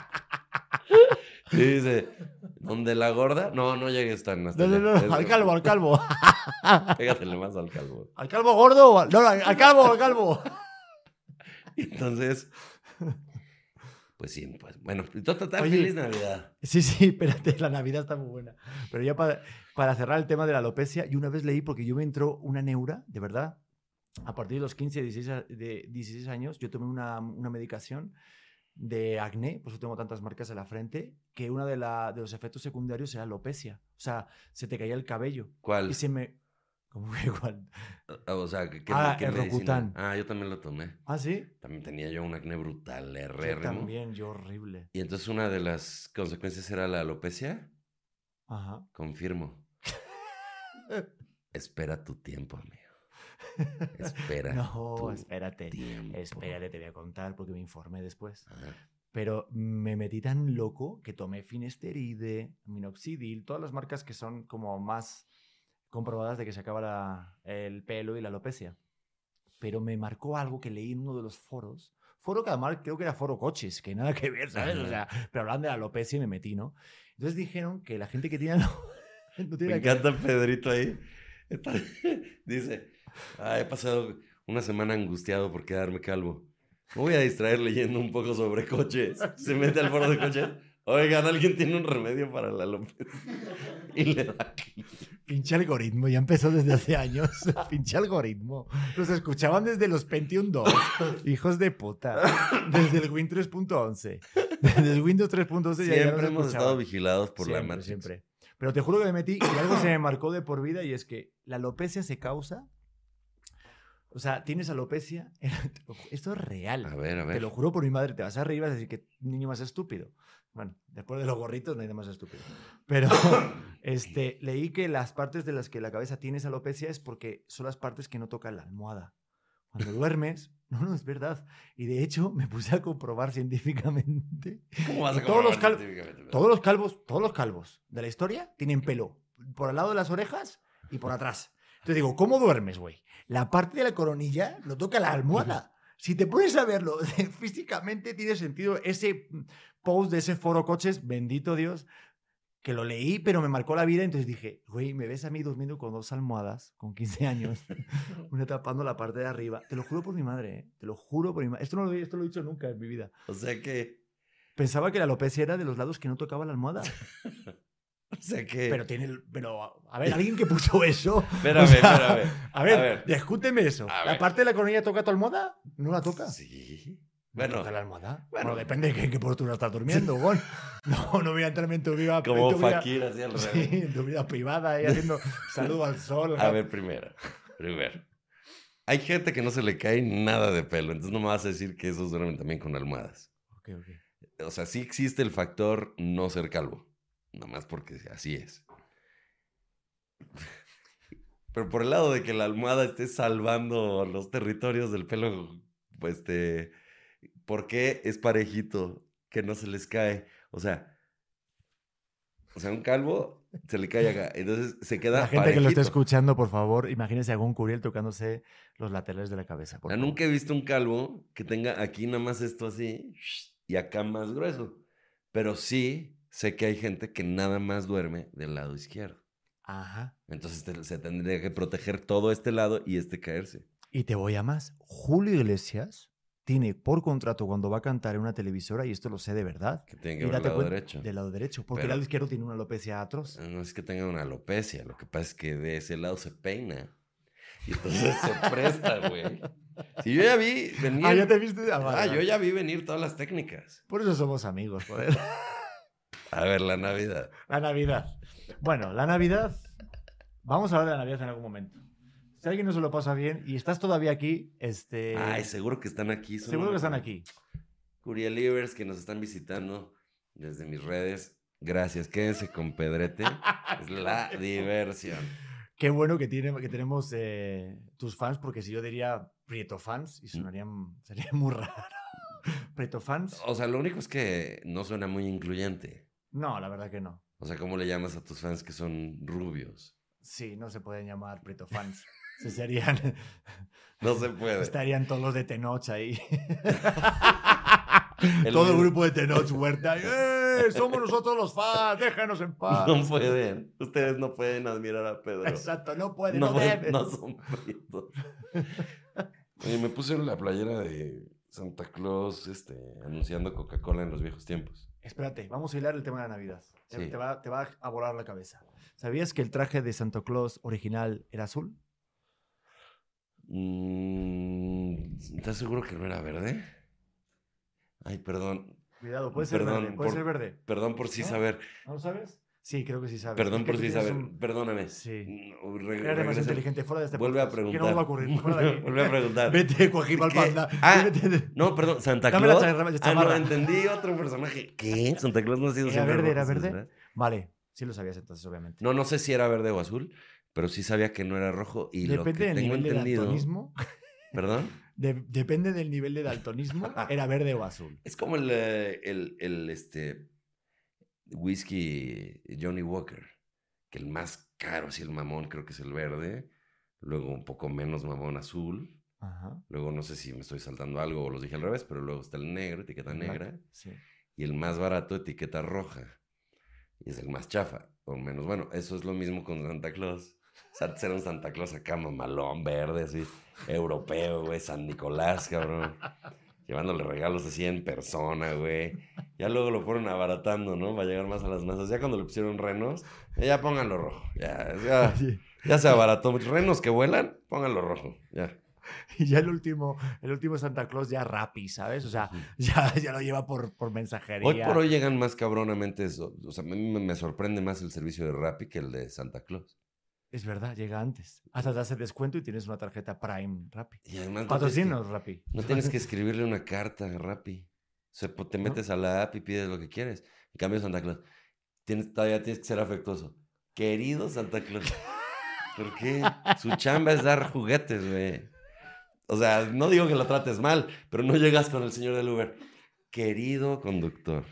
Y dice, ¿dónde la gorda? No, no llegues tan hasta No, no, allá. no, al Es- calvo, al calvo. Pégatele más al calvo. ¿Al calvo gordo? o al- No, al al calvo, al calvo. Entonces, pues sí, pues bueno, total, Oye, feliz Navidad. sí, sí, espérate, la Navidad está muy buena. Pero ya para, para cerrar el tema de la alopecia, yo una vez leí, porque yo me entró una neura, de verdad, a partir de los quince, dieciséis, a- de dieciséis años, yo tomé una, una medicación de acné, por eso tengo tantas marcas en la frente, que uno de, la, de los efectos secundarios era alopecia. O sea, se te caía el cabello. Y ¿Cuál? se me... ¿Cómo que cuál? Ah, O sea, ¿qué, qué, Ah, qué el medicina? Rocutan. Ah, yo también lo tomé. ¿Ah, sí? También tenía yo un acné brutal, Yo errérrimo. también, yo horrible. Y entonces una de las consecuencias era la alopecia. Ajá. Confirmo. Espera tu tiempo, amigo. Espera No, tu espérate. tiempo. Espérate, te voy a contar porque me informé después. Ah, Pero me metí tan loco que tomé Finesteride, Minoxidil, todas las marcas que son como más comprobadas de que se acaba la- el pelo y la alopecia. Pero me marcó algo que leí en uno de los foros. Foro que además creo que era foro coches, que nada que ver, ¿sabes? O sea, pero hablan de la alopecia y me metí, ¿no? Entonces dijeron que la gente que tiene alo- no tiene Me nada que ver. encanta Pedrito ahí. Está- Dice, ah, he pasado una semana angustiado por quedarme calvo. Me voy a distraer leyendo un poco sobre coches. Se mete al foro de coches. Oigan, ¿alguien tiene un remedio para la alopecia? Y le da clic. Pinche algoritmo, ya empezó desde hace años. Pinche algoritmo. Los escuchaban desde los Pentium dos. Hijos de puta. Desde el Win tres punto once. Desde el Windows tres punto once ya, ya Siempre nos hemos estado escuchaban. vigilados por la Siempre, Matrix. siempre. Pero te juro que me metí y algo se me marcó de por vida y es que la alopecia se causa. O sea, tienes alopecia. Esto es real. A ver, a ver. Te lo juro por mi madre. Te vas a reír y vas a decir que niño más estúpido. Bueno, después de los gorritos no hay nada más estúpido. Pero este, leí que las partes de las que la cabeza tienes alopecia es porque son las partes que no tocan la almohada. Cuando duermes, no, no, es verdad. Y de hecho, me puse a comprobar científicamente. ¿Cómo vas a Y todos los, comprobar cal- científicamente? todos los calvos, todos los calvos de la historia tienen pelo por al lado de las orejas y por atrás. Entonces digo, ¿cómo duermes, güey? La parte de la coronilla no toca la almohada. Si te pones a verlo físicamente, tiene sentido ese post de ese foro coches, bendito Dios, que lo leí, pero me marcó la vida. Entonces dije, güey, me ves a mí durmiendo con dos almohadas, con quince años, una tapando la parte de arriba. Te lo juro por mi madre, ¿eh? Te lo juro por mi madre. Esto no lo, esto lo he dicho nunca en mi vida. O sea que... Pensaba que la alopecia era de los lados que no tocaba la almohada. O sea que... Pero tiene el- pero a ver, alguien que puso eso. Espérame, o sea, espérame. A ver, A ver. discúteme eso. A ¿La ver. parte de la coronilla toca tu almohada? ¿No la toca? Sí. ¿No Bueno, toca la almohada? bueno. Bueno, depende de qué, en qué postura estás durmiendo, Gon. No, no voy a entrarme en tu vida. como en tu vida- Fakir así al Sí, revés. en tu vida privada, ahí haciendo saludo al sol. A ver, primero. Primero. Hay gente que no se le cae nada de pelo, entonces no me vas a decir que esos duermen también con almohadas. Ok, ok. O sea, sí existe el factor no ser calvo. Nada más porque así es. Pero por el lado de que la almohada esté salvando los territorios del pelo, pues, este, ¿por qué es parejito que no se les cae? O sea, o sea, un calvo se le cae acá, entonces se queda La gente que lo esté parejito. escuchando, por favor, imagínense a Gon Curiel tocándose los laterales de la cabeza. O Por sea, favor. nunca he visto un calvo que tenga aquí nada más esto así y acá más grueso. Pero sí sé que hay gente que nada más duerme del lado izquierdo. Ajá. Entonces te- se tendría que proteger todo este lado y este caerse. Y te voy a más. Julio Iglesias tiene por contrato cuando va a cantar en una televisora, y esto lo sé de verdad. Que tiene que Y ver el date lado cuenta- derecho. Del lado derecho, porque Pero- el lado izquierdo tiene una alopecia atroz. No es que tenga una alopecia, lo que pasa es que de ese lado se peina. Y entonces se presta, güey. Si yo ya vi venir. Ah, ya te viste. Ah, Ah, vale, yo vale. ya vi venir todas las técnicas. Por eso somos amigos, joder. A ver, la Navidad. La Navidad. Bueno, la Navidad. Vamos a hablar de la Navidad en algún momento. Si alguien no se lo pasa bien y estás todavía aquí, este. Ay, seguro que están aquí. son seguro que unos están aquí. Curialivers que nos están visitando desde mis redes. Gracias, quédense con Pedrete. Es la diversión. Qué bueno que, tiene, que tenemos eh, tus fans, porque si yo diría Prieto fans, y sonarían, sería muy raro. Prieto fans. O sea, lo único es que no suena muy incluyente. No, la verdad que no. O sea, ¿cómo le llamas a tus fans que son rubios? Sí, no se pueden llamar Prieto fans. Se serían. No se puede. Estarían todos los de Tenoch ahí. El Todo el mismo- grupo de Tenoch Huerta. ¡Eh! Somos nosotros los fans, déjanos en paz. No pueden. Ustedes no pueden admirar a Pedro. Exacto, no pueden, No, no, pueden- deben. no son prietos. Oye, me puse la playera de Santa Claus este, anunciando Coca-Cola en los viejos tiempos. Espérate, vamos a hilar el tema de la Navidad. Te, Sí. te va, te va a volar la cabeza. ¿Sabías que el traje de Santa Claus original era azul? Mm, ¿Estás seguro que no era verde? Ay, perdón. Cuidado, puede ser Perdón verde. Puede por- ser verde. Perdón por sí ¿No? saber. ¿No lo sabes? Sí, creo que sí sabes. Perdón Es que por tú sí tienes saber. un- Perdóname. Sí. Mm, re- Eres demasiado regresa- inteligente. Fuera de este Vuelve a podcast. Que preguntar. no vuelva a ocurrir. Fuera de aquí. Vuelve a preguntar. Vete, Coajimal Es que- Panda. Ah, Vete. No, perdón, Santa Dame la Claus. chamarra- Ah, no, chamarra. entendí otro personaje. ¿Qué? Santa Claus no ha sido ¿Era siempre verde? ¿Era rojo, verde? ¿verdad? Vale, sí lo sabías entonces, obviamente. No, no sé si era verde o azul, pero sí sabía que no era rojo. Y lo Depende que del tengo nivel de entendido. daltonismo. ¿Perdón? de- depende del nivel de daltonismo. Era verde o azul. Es como el, eh, el, el este, whisky Johnny Walker, que el más caro, así el mamón, creo que es el verde. Luego un poco menos mamón azul. Ajá. Luego no sé si me estoy saltando algo o los dije al revés, pero luego está el negro, etiqueta Black, negra. Sí. Y el más barato, etiqueta roja. Y es el más chafa, o menos. Bueno, eso es lo mismo con Santa Claus. O sea, ser un Santa Claus acá, mamalón, verde, así, europeo, güey, San Nicolás, cabrón. Llevándole regalos así en persona, güey. Ya luego lo fueron abaratando, ¿no? Va a llegar más a las masas. Ya cuando le pusieron renos, eh, ya pónganlo rojo. Ya, ya, Sí. ya se abarató. Renos que vuelan, pónganlo rojo. Ya. Y ya el último, el último Santa Claus ya Rappi, ¿sabes? O sea, ya, ya lo lleva por, por mensajería. Hoy por hoy llegan más cabronamente eso. O sea, a mí me, me sorprende más el servicio de Rappi que el de Santa Claus. Es verdad, llega antes. Hasta te hace descuento y tienes una tarjeta Prime Rappi. Y además no tienes, Patrocinos, que, Rappi. no tienes que escribirle una carta a Rappi. O sea, pues, te metes a la app y pides lo que quieres. En cambio, Santa Claus, tienes, todavía tienes que ser afectuoso. Querido Santa Claus. ¿Por qué? Su chamba es dar juguetes, güey. O sea, no digo que lo trates mal, pero no llegas con el señor del Uber. Querido conductor,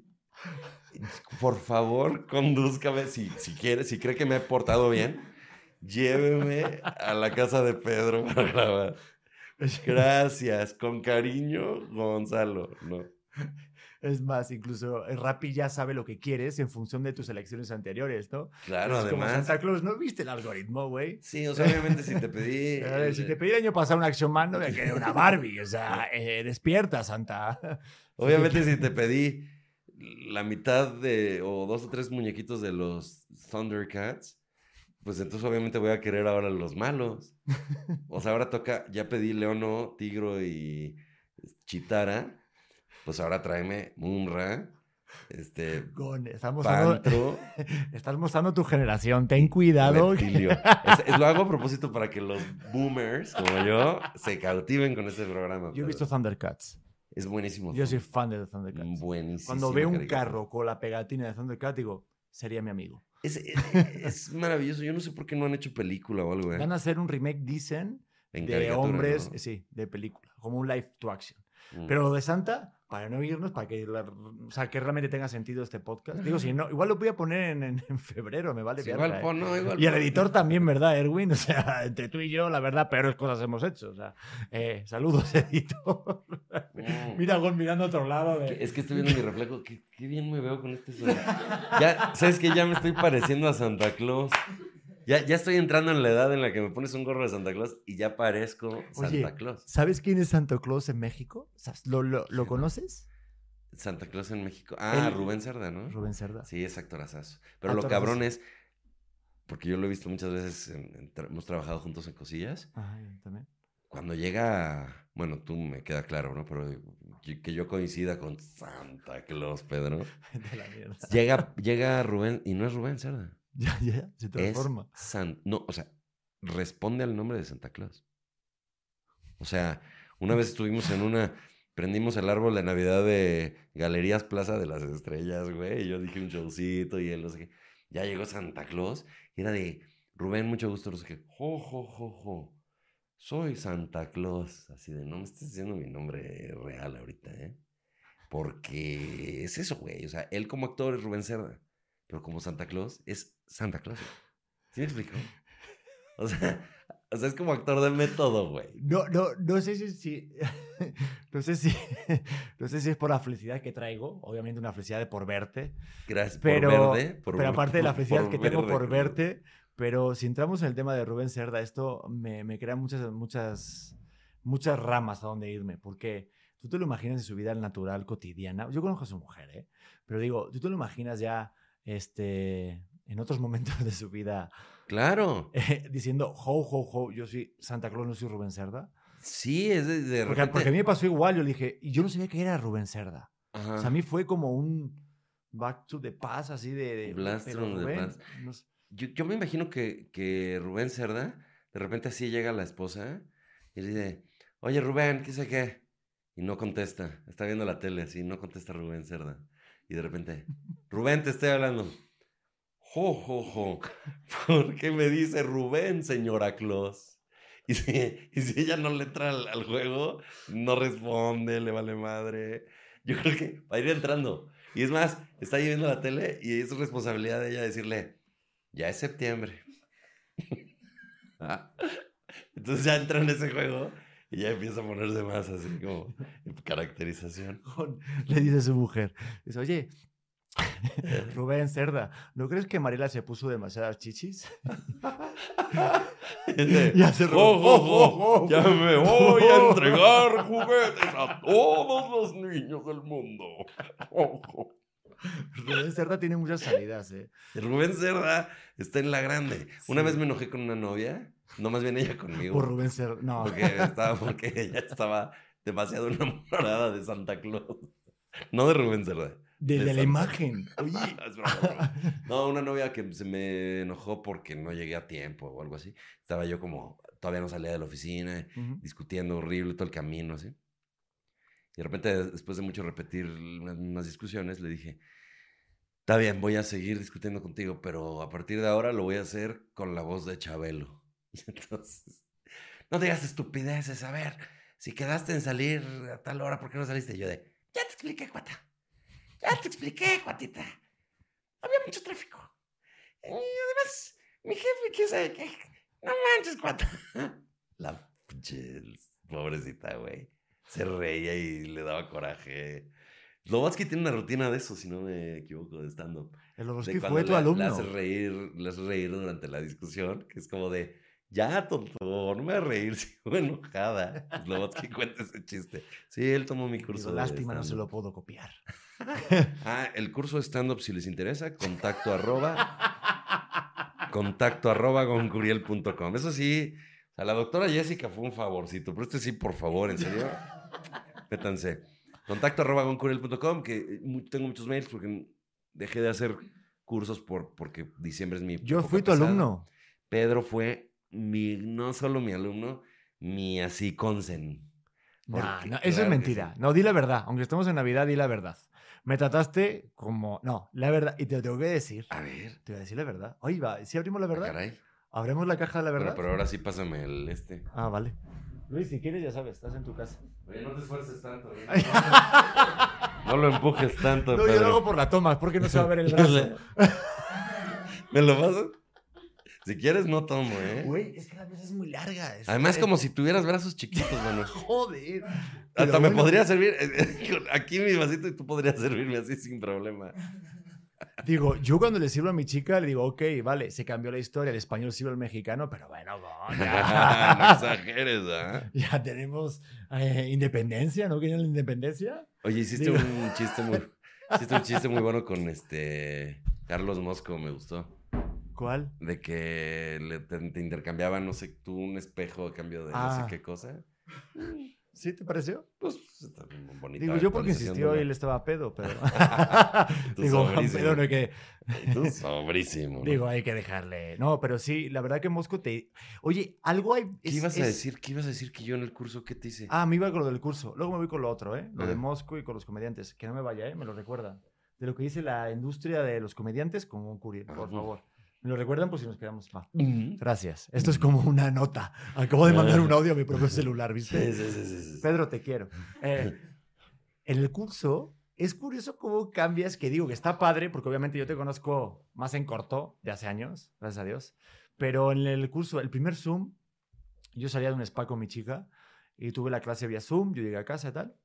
por favor, condúzcame. Si, si quiere, si cree que me he portado bien, lléveme a la casa de Pedro para grabar. Gracias, con cariño, Gonzalo. No. Es más, incluso el Rappi ya sabe lo que quieres en función de tus elecciones anteriores, ¿no? Claro, es como además. Santa Claus, ¿no viste el algoritmo, güey? Sí, o sea, obviamente si te pedí. A ver, si te pedí el año pasado una Action Man, no me quedé una Barbie. O sea, eh, despierta, Santa. Obviamente si te pedí la mitad de, o dos o tres muñequitos de los Thundercats, pues entonces obviamente voy a querer ahora los malos. O sea, ahora toca, ya pedí Leono, Tigro y Chitara, pues ahora tráeme Munra, este, Gon, estás mostrando, Pantro, estás mostrando tu generación. Ten cuidado. Reptilio. Es, es- lo hago a propósito para que los boomers, como yo, se cautiven con este programa. Yo he pero visto Thundercats. Es buenísimo. Yo soy fan de Thundercats. Buenísimo. Cuando veo un carro con la pegatina de Thundercat, digo, sería mi amigo. Es, es, es maravilloso. Yo no sé por qué no han hecho película o algo, ¿eh? Van a hacer un remake, dicen, En de caricatura, hombres, ¿no? eh, sí, de película, como un live to action. Mm. Pero lo de Santa, para no irnos, para que, la- o sea, que realmente tenga sentido este podcast. Digo, si no, igual lo voy a poner en, en- en febrero, me vale Sí, verga, igual eh. pon, no, igual Y el pon. editor también, ¿verdad, Erwin? O sea, entre tú y yo, la verdad, peores cosas hemos hecho. O sea, eh, saludos, editor. Mm. Mira a Gon mirando a otro lado. de- Es que estoy viendo mi reflejo. Qué, qué bien me veo con este sol. Ya, ¿sabes qué? Ya me estoy pareciendo a Santa Claus. Ya, ya estoy entrando en la edad en la que me pones un gorro de Santa Claus y ya parezco Santa Oye, Claus. ¿sabes quién es Santa Claus en México? ¿Lo, lo, lo conoces? Santa Claus en México. Ah, El- Rubén Cerda, ¿no? Rubén Cerda. Sí, es actorazazo. Pero lo Actorazazo. cabrón es, porque yo lo he visto muchas veces, en- en tra- hemos trabajado juntos en cosillas. Ajá, yo también. Cuando llega, bueno, tú me queda claro, ¿no? Pero que que yo coincida con Santa Claus, Pedro. De la mierda. Llega, llega Rubén, y no es Rubén Cerda. Ya, ya, se Es transforma. San, no, o sea, responde al nombre de Santa Claus. O sea, una vez estuvimos en una, prendimos el árbol de Navidad de Galerías Plaza de las Estrellas, güey, y yo dije un showcito y él, no sé qué. Ya llegó Santa Claus y era de, Rubén, mucho gusto, no sé qué. Jo, jo, jo, jo. Soy Santa Claus. Así de, no me estés diciendo mi nombre real ahorita, ¿eh? Porque es eso, güey. O sea, él como actor es Rubén Cerda, pero como Santa Claus es Santa Claus. ¿Sí me explico? O sea, o sea, es como actor de método, güey. No, no, no sé si, si no sé si, no sé si es por la felicidad que traigo, obviamente una felicidad de por verte, Gracias pero, por verde. Por, pero aparte de la por- felicidad por que tengo verde, por güey. verte, pero si entramos en el tema de Rubén Cerda, esto me, me crea muchas, muchas, muchas ramas a donde irme, porque tú te lo imaginas en su vida natural, cotidiana. Yo conozco a su mujer, ¿eh? Pero digo, tú te lo imaginas ya, este, en otros momentos de su vida, Claro. eh, diciendo, ho, ho, ho, yo soy Santa Claus, no soy Rubén Cerda. Sí, es de, de Porque, repente. porque a mí me pasó igual, yo le dije, y yo no sabía que era Rubén Cerda. Ajá. O sea, a mí fue como un back to the past, así de... de Blast pero from the Rubén, past. no sé. Yo, yo me imagino que, que Rubén Cerda, de repente así llega la esposa y le dice, oye Rubén, ¿qué sé qué? Y no contesta, está viendo la tele así, no contesta Rubén Cerda. Y de repente, Rubén, te estoy hablando. Jo, jo, jo. ¿Por qué me dice Rubén, señora Claus? Y si, y si ella no le entra al, al juego, no responde, le vale madre. Yo creo que va a ir entrando. Y es más, está ahí viendo la tele y es responsabilidad de ella decirle, ya es septiembre. Ah. Entonces ya entra en ese juego y ya empieza a ponerse más así como caracterización. Con- Le dice a su mujer, dice, oye, Rubén Cerda, ¿no crees que Mariela se puso demasiadas chichis? Ya se ro- jo, jo, jo, ya me voy a entregar juguetes a todos los niños del mundo. Jo, jo. Rubén Cerda tiene muchas salidas, ¿eh? Rubén Cerda está en la grande. Una Sí. vez me enojé con una novia, no más bien ella conmigo. Por Rubén Cerda, no. Porque, estaba, porque ella estaba demasiado enamorada de Santa Claus. No de Rubén Cerda. De, de de la Santa- imagen. Oye. Es broma, es broma. No, una novia que se me enojó porque no llegué a tiempo o algo así. Estaba yo como, todavía no salía de la oficina, Ujú. discutiendo horrible todo el camino, así. Y de repente, después de mucho repetir unas, unas discusiones, le dije, está bien, voy a seguir discutiendo contigo, pero a partir de ahora lo voy a hacer con la voz de Chabelo. Y entonces, no digas estupideces, a ver, si quedaste en salir a tal hora, ¿por qué no saliste? Y yo de, ya te expliqué, cuata. Ya te expliqué, cuatita. Había mucho tráfico. Y además, mi jefe, ¿qué sabe qué? No manches, cuata. La pinche pobrecita, güey. Se reía y le daba coraje. Slovatsky tiene una rutina de eso, si no me equivoco, de stand-up. El De Lobosky cuando fue tu la- alumno. La haces reír, la haces reír durante la discusión, que es como de, ya, tonto, no me voy a reír, sigo enojada. Slovatsky cuenta ese chiste. Sí, él tomó mi curso Digo, de lástima, no se stand-up. lo puedo copiar. Ah, el curso de stand-up, si les interesa, contacto arroba, contacto arroba goncuriel punto com. Eso sí, a la doctora Jessica fue un favorcito, pero este sí, por favor, en serio, métanse. Contacto arroba goncuriel punto com, que mu- tengo muchos mails porque dejé de hacer cursos por, porque diciembre es mi Yo época fui tu pesada. alumno. Pedro fue mi, no solo mi alumno, mi así consen. No, Porque no, eso es claro que mentira. sí. No, di la verdad. Aunque estemos en Navidad, di la verdad. Me trataste como... No, la verdad. Y te lo tengo que decir. A ver, Te voy a decir la verdad. Oye, va, ¿sí abrimos la ah, verdad? caray. ¿Abrimos la caja de la Bueno, verdad? pero ahora sí pásame el este. Ah, vale. Luis, si quieres, ya sabes, estás en tu casa. Oye, no te esfuerces tanto. ¿eh? No lo empujes tanto, No, yo lo Pedro. hago por la toma, porque no se va a ver el brazo. ¿Me lo pasas? Si quieres, no tomo, ¿eh? Güey, es que la mesa es muy larga. es- Además, eh, como si tuvieras brazos chiquitos, mano. Joder. Hasta Pero me bueno, podría servir. Aquí mi vasito y tú podrías servirme así sin problema. Digo, yo cuando le sirvo a mi chica, le digo, ok, vale, se cambió la historia, el español sirve al mexicano, pero bueno, Gon, ya, No exageres, ¿ah? ya tenemos eh, independencia, ¿no quieren la independencia? Oye, hiciste Digo, un chiste muy... Hiciste un chiste muy bueno con este... Carlos Mosco, me gustó. ¿cuál? De que le, te, te intercambiaban, no sé, tú un espejo a cambio de no sé Ah, qué cosa. ¿sí te pareció? Pues, está bonita Digo, yo porque actualización insistió de y él la... estaba pedo, pero... Tú Digo, sobrísimo. pero no hay que... Tú sobrísimo, ¿no? Digo, hay que dejarle... No, pero sí, la verdad que Mosco te... Oye, algo hay... ¿Qué Es, ibas a es- decir? ¿Qué ibas a decir que yo en el curso qué te hice? Ah, me iba con lo del curso. Luego me voy con lo otro, ¿eh? Lo de Ah. Mosco y con los comediantes. Que no me vaya, ¿eh? Me lo recuerdan. De lo que dice la industria de los comediantes con un Curiel, por Ajá. favor. Me lo recuerdan por si nos quedamos. Va. Ujú. Gracias. Esto es como una nota. Acabo de mandar un audio a mi propio celular, Sí, ¿viste? sí, sí, sí, sí. Pedro, te quiero. Eh, en el curso es curioso cómo cambias, que digo que está padre, porque obviamente yo te conozco más en corto de hace años, gracias a Dios. Pero en el curso, el primer Zoom, yo salía de un spa con mi chica y tuve la clase vía Zoom, yo llegué a casa y tal.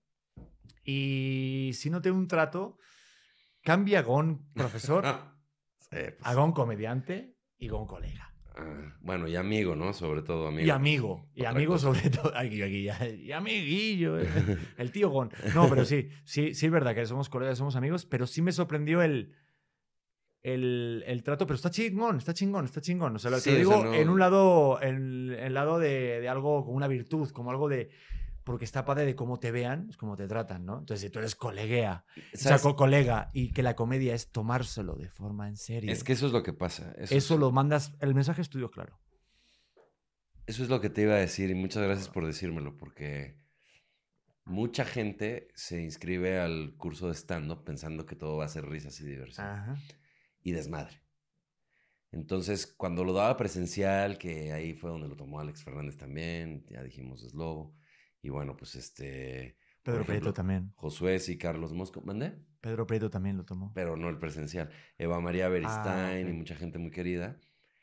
Y si noté un trato, cambia Gon profesor Sí, pues, a Gon comediante y Gon colega. ah, bueno, y amigo, ¿no? Sobre todo amigo. Y amigo, y Otra amigo cosa. sobre todo. Aquí, aquí, ya, y amiguillo, eh, el tío Gon. No, pero sí, sí, sí es verdad que somos colegas, somos amigos, pero sí me sorprendió el, el, el trato, pero está chingón, está chingón, está chingón. O sea, lo Sí, te lo o digo sea, no- en un lado, en el lado de, de algo como una virtud, como algo de. Porque está padre de cómo te vean, es como te tratan, ¿no? Entonces, si tú eres coleguea, o sea, ¿Sabes? co- colega, y que la comedia es tomárselo de forma en serio. Es que eso es lo que pasa. Eso, Eso es, lo mandas, el mensaje es tuyo, claro. eso es lo que te iba a decir y muchas gracias por decírmelo porque mucha gente se inscribe al curso de stand-up pensando que todo va a ser risas y diversión Ajá. y desmadre. Entonces, cuando lo daba presencial, que ahí fue donde lo tomó Alex Fernández también, ya dijimos es Lobo, y bueno, pues este, por Pedro ejemplo, Prieto también. Josué y Carlos Mosco, ¿mandé? Pedro Prieto también lo tomó. Pero no el presencial. Eva María Beristain Ah, y ok. mucha gente muy querida.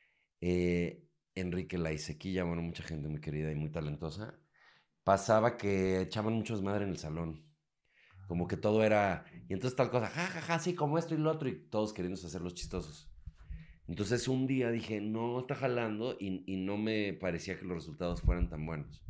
Eh, Enrique Laisequilla, bueno, mucha gente muy querida y muy talentosa. Pasaba que echaban mucho desmadre en el salón. Como que todo era, y entonces tal cosa, ja, ja, ja, sí, como esto y lo otro, y todos queriéndose hacer los chistosos. Entonces un día dije, no está jalando, y, y no me parecía que los resultados fueran tan buenos,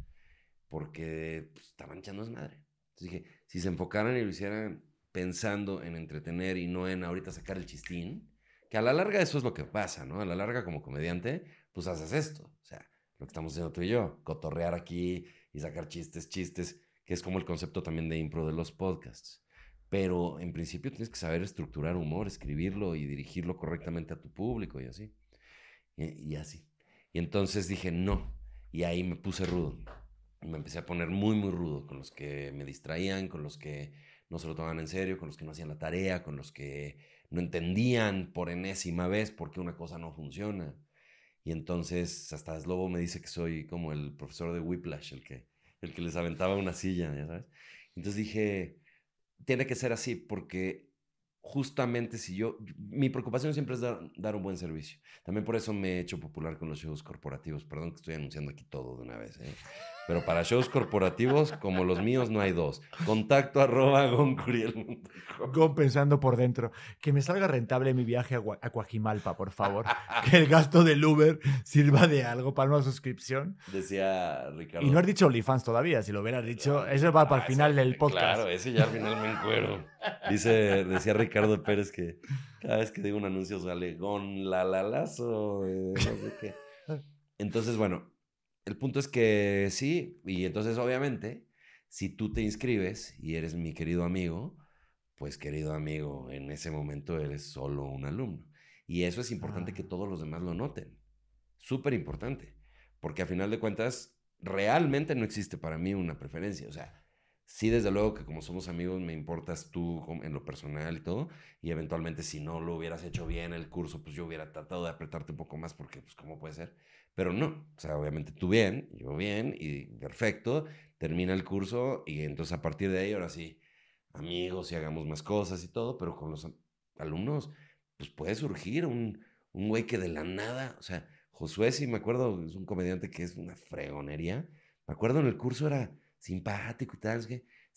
porque pues, estaban echando desmadre. Entonces dije, si se enfocaran y lo hicieran pensando en entretener y no en ahorita sacar el chistín, que a la larga eso es lo que pasa, ¿no? A la larga como comediante, pues haces esto, o sea, lo que estamos haciendo tú y yo, cotorrear aquí y sacar chistes, chistes, que es como el concepto también de impro de los podcasts. Pero en principio tienes que saber estructurar humor, escribirlo y dirigirlo correctamente a tu público y así. Y, y así. Y entonces dije, no. Y ahí me puse rudo. Y me empecé a poner muy, muy rudo con los que me distraían, con los que no se lo tomaban en serio, con los que no hacían la tarea, con los que no entendían por enésima vez por qué una cosa no funciona. Y entonces hasta Slobo me dice que soy como el profesor de Whiplash, el que, el que les aventaba una silla, ya sabes. Entonces dije, tiene que ser así porque justamente si yo, mi preocupación siempre es dar, dar un buen servicio. También por eso me he hecho popular con los shows corporativos. Perdón que estoy anunciando aquí todo de una vez, ¿eh? Pero para shows corporativos como los míos no hay dos. Contacto arroba goncuriel punto com. Gon pensando por dentro. Que me salga rentable mi viaje a, Gua- a Coajimalpa, por favor. Que el gasto del Uber sirva de algo para una suscripción. Decía Ricardo. Y no has dicho OnlyFans todavía. Si lo hubieras dicho, eso va para el Ah, final ese- del podcast. Claro, ese ya al final me encuero. Dice, decía Ricardo Pérez que cada vez que digo un anuncio sale gon la la lazo, eh, no sé qué. Entonces, bueno, el punto es que sí, y entonces obviamente, si tú te inscribes y eres mi querido amigo, pues querido amigo, en ese momento eres solo un alumno. Y eso es importante Ah. que todos los demás lo noten. Súper importante. Porque a final de cuentas, realmente no existe para mí una preferencia. O sea, sí, desde luego que como somos amigos, me importas tú en lo personal y todo. Y eventualmente, si no lo hubieras hecho bien el curso, pues yo hubiera tratado de apretarte un poco más, porque, pues, ¿cómo puede ser? Pero no. O sea, obviamente tú bien, yo bien, y perfecto. Termina el curso, y entonces a partir de ahí, ahora sí, amigos y hagamos más cosas y todo. Pero con los alumnos, pues puede surgir un, un güey que de la nada, o sea. Josué, sí, me acuerdo, es un comediante que es una fregonería. Me acuerdo en el curso era simpático y tal, es que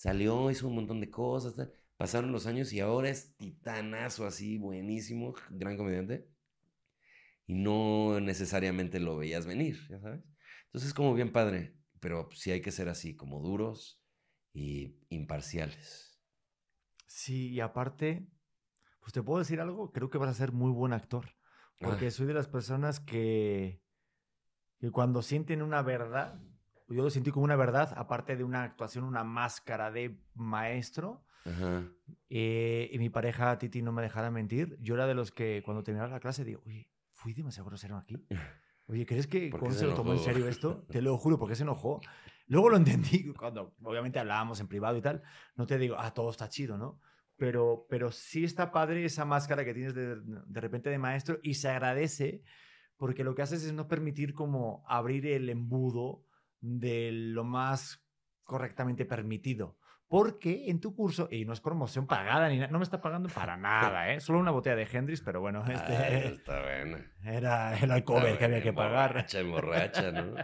Salió, hizo un montón de cosas, tal. Pasaron los años y ahora es titanazo así, buenísimo, gran comediante. Y no necesariamente lo veías venir, ya sabes. Entonces es como bien padre, pero sí hay que ser así, como duros y imparciales. Sí, y aparte, pues te puedo decir algo, creo que vas a ser muy buen actor, Ah, porque soy de las personas que, que cuando sienten una verdad, yo lo sentí como una verdad, aparte de una actuación, una máscara de maestro, ajá. eh, y mi pareja Titi no me dejará mentir, yo era de los que cuando terminaba la clase digo, oye, fui demasiado grosero aquí. Oye, ¿crees que ¿Por qué Gon se se lo tomó en enojó? serio esto? Te lo juro, porque se enojó. Luego lo entendí cuando obviamente hablábamos en privado y tal. No te digo, ah, todo está chido, ¿no? Pero, pero sí está padre esa máscara que tienes de, de repente de maestro y se agradece porque lo que haces es no permitir como abrir el embudo de lo más correctamente permitido. Porque en tu curso, y no es promoción pagada ni nada, no me está pagando para nada, ¿eh? Solo una botella de Hendrix, pero bueno, Ah, esa este está buena. era el Está cover que buena, había que pagar. emborracha, emborracha, ¿no?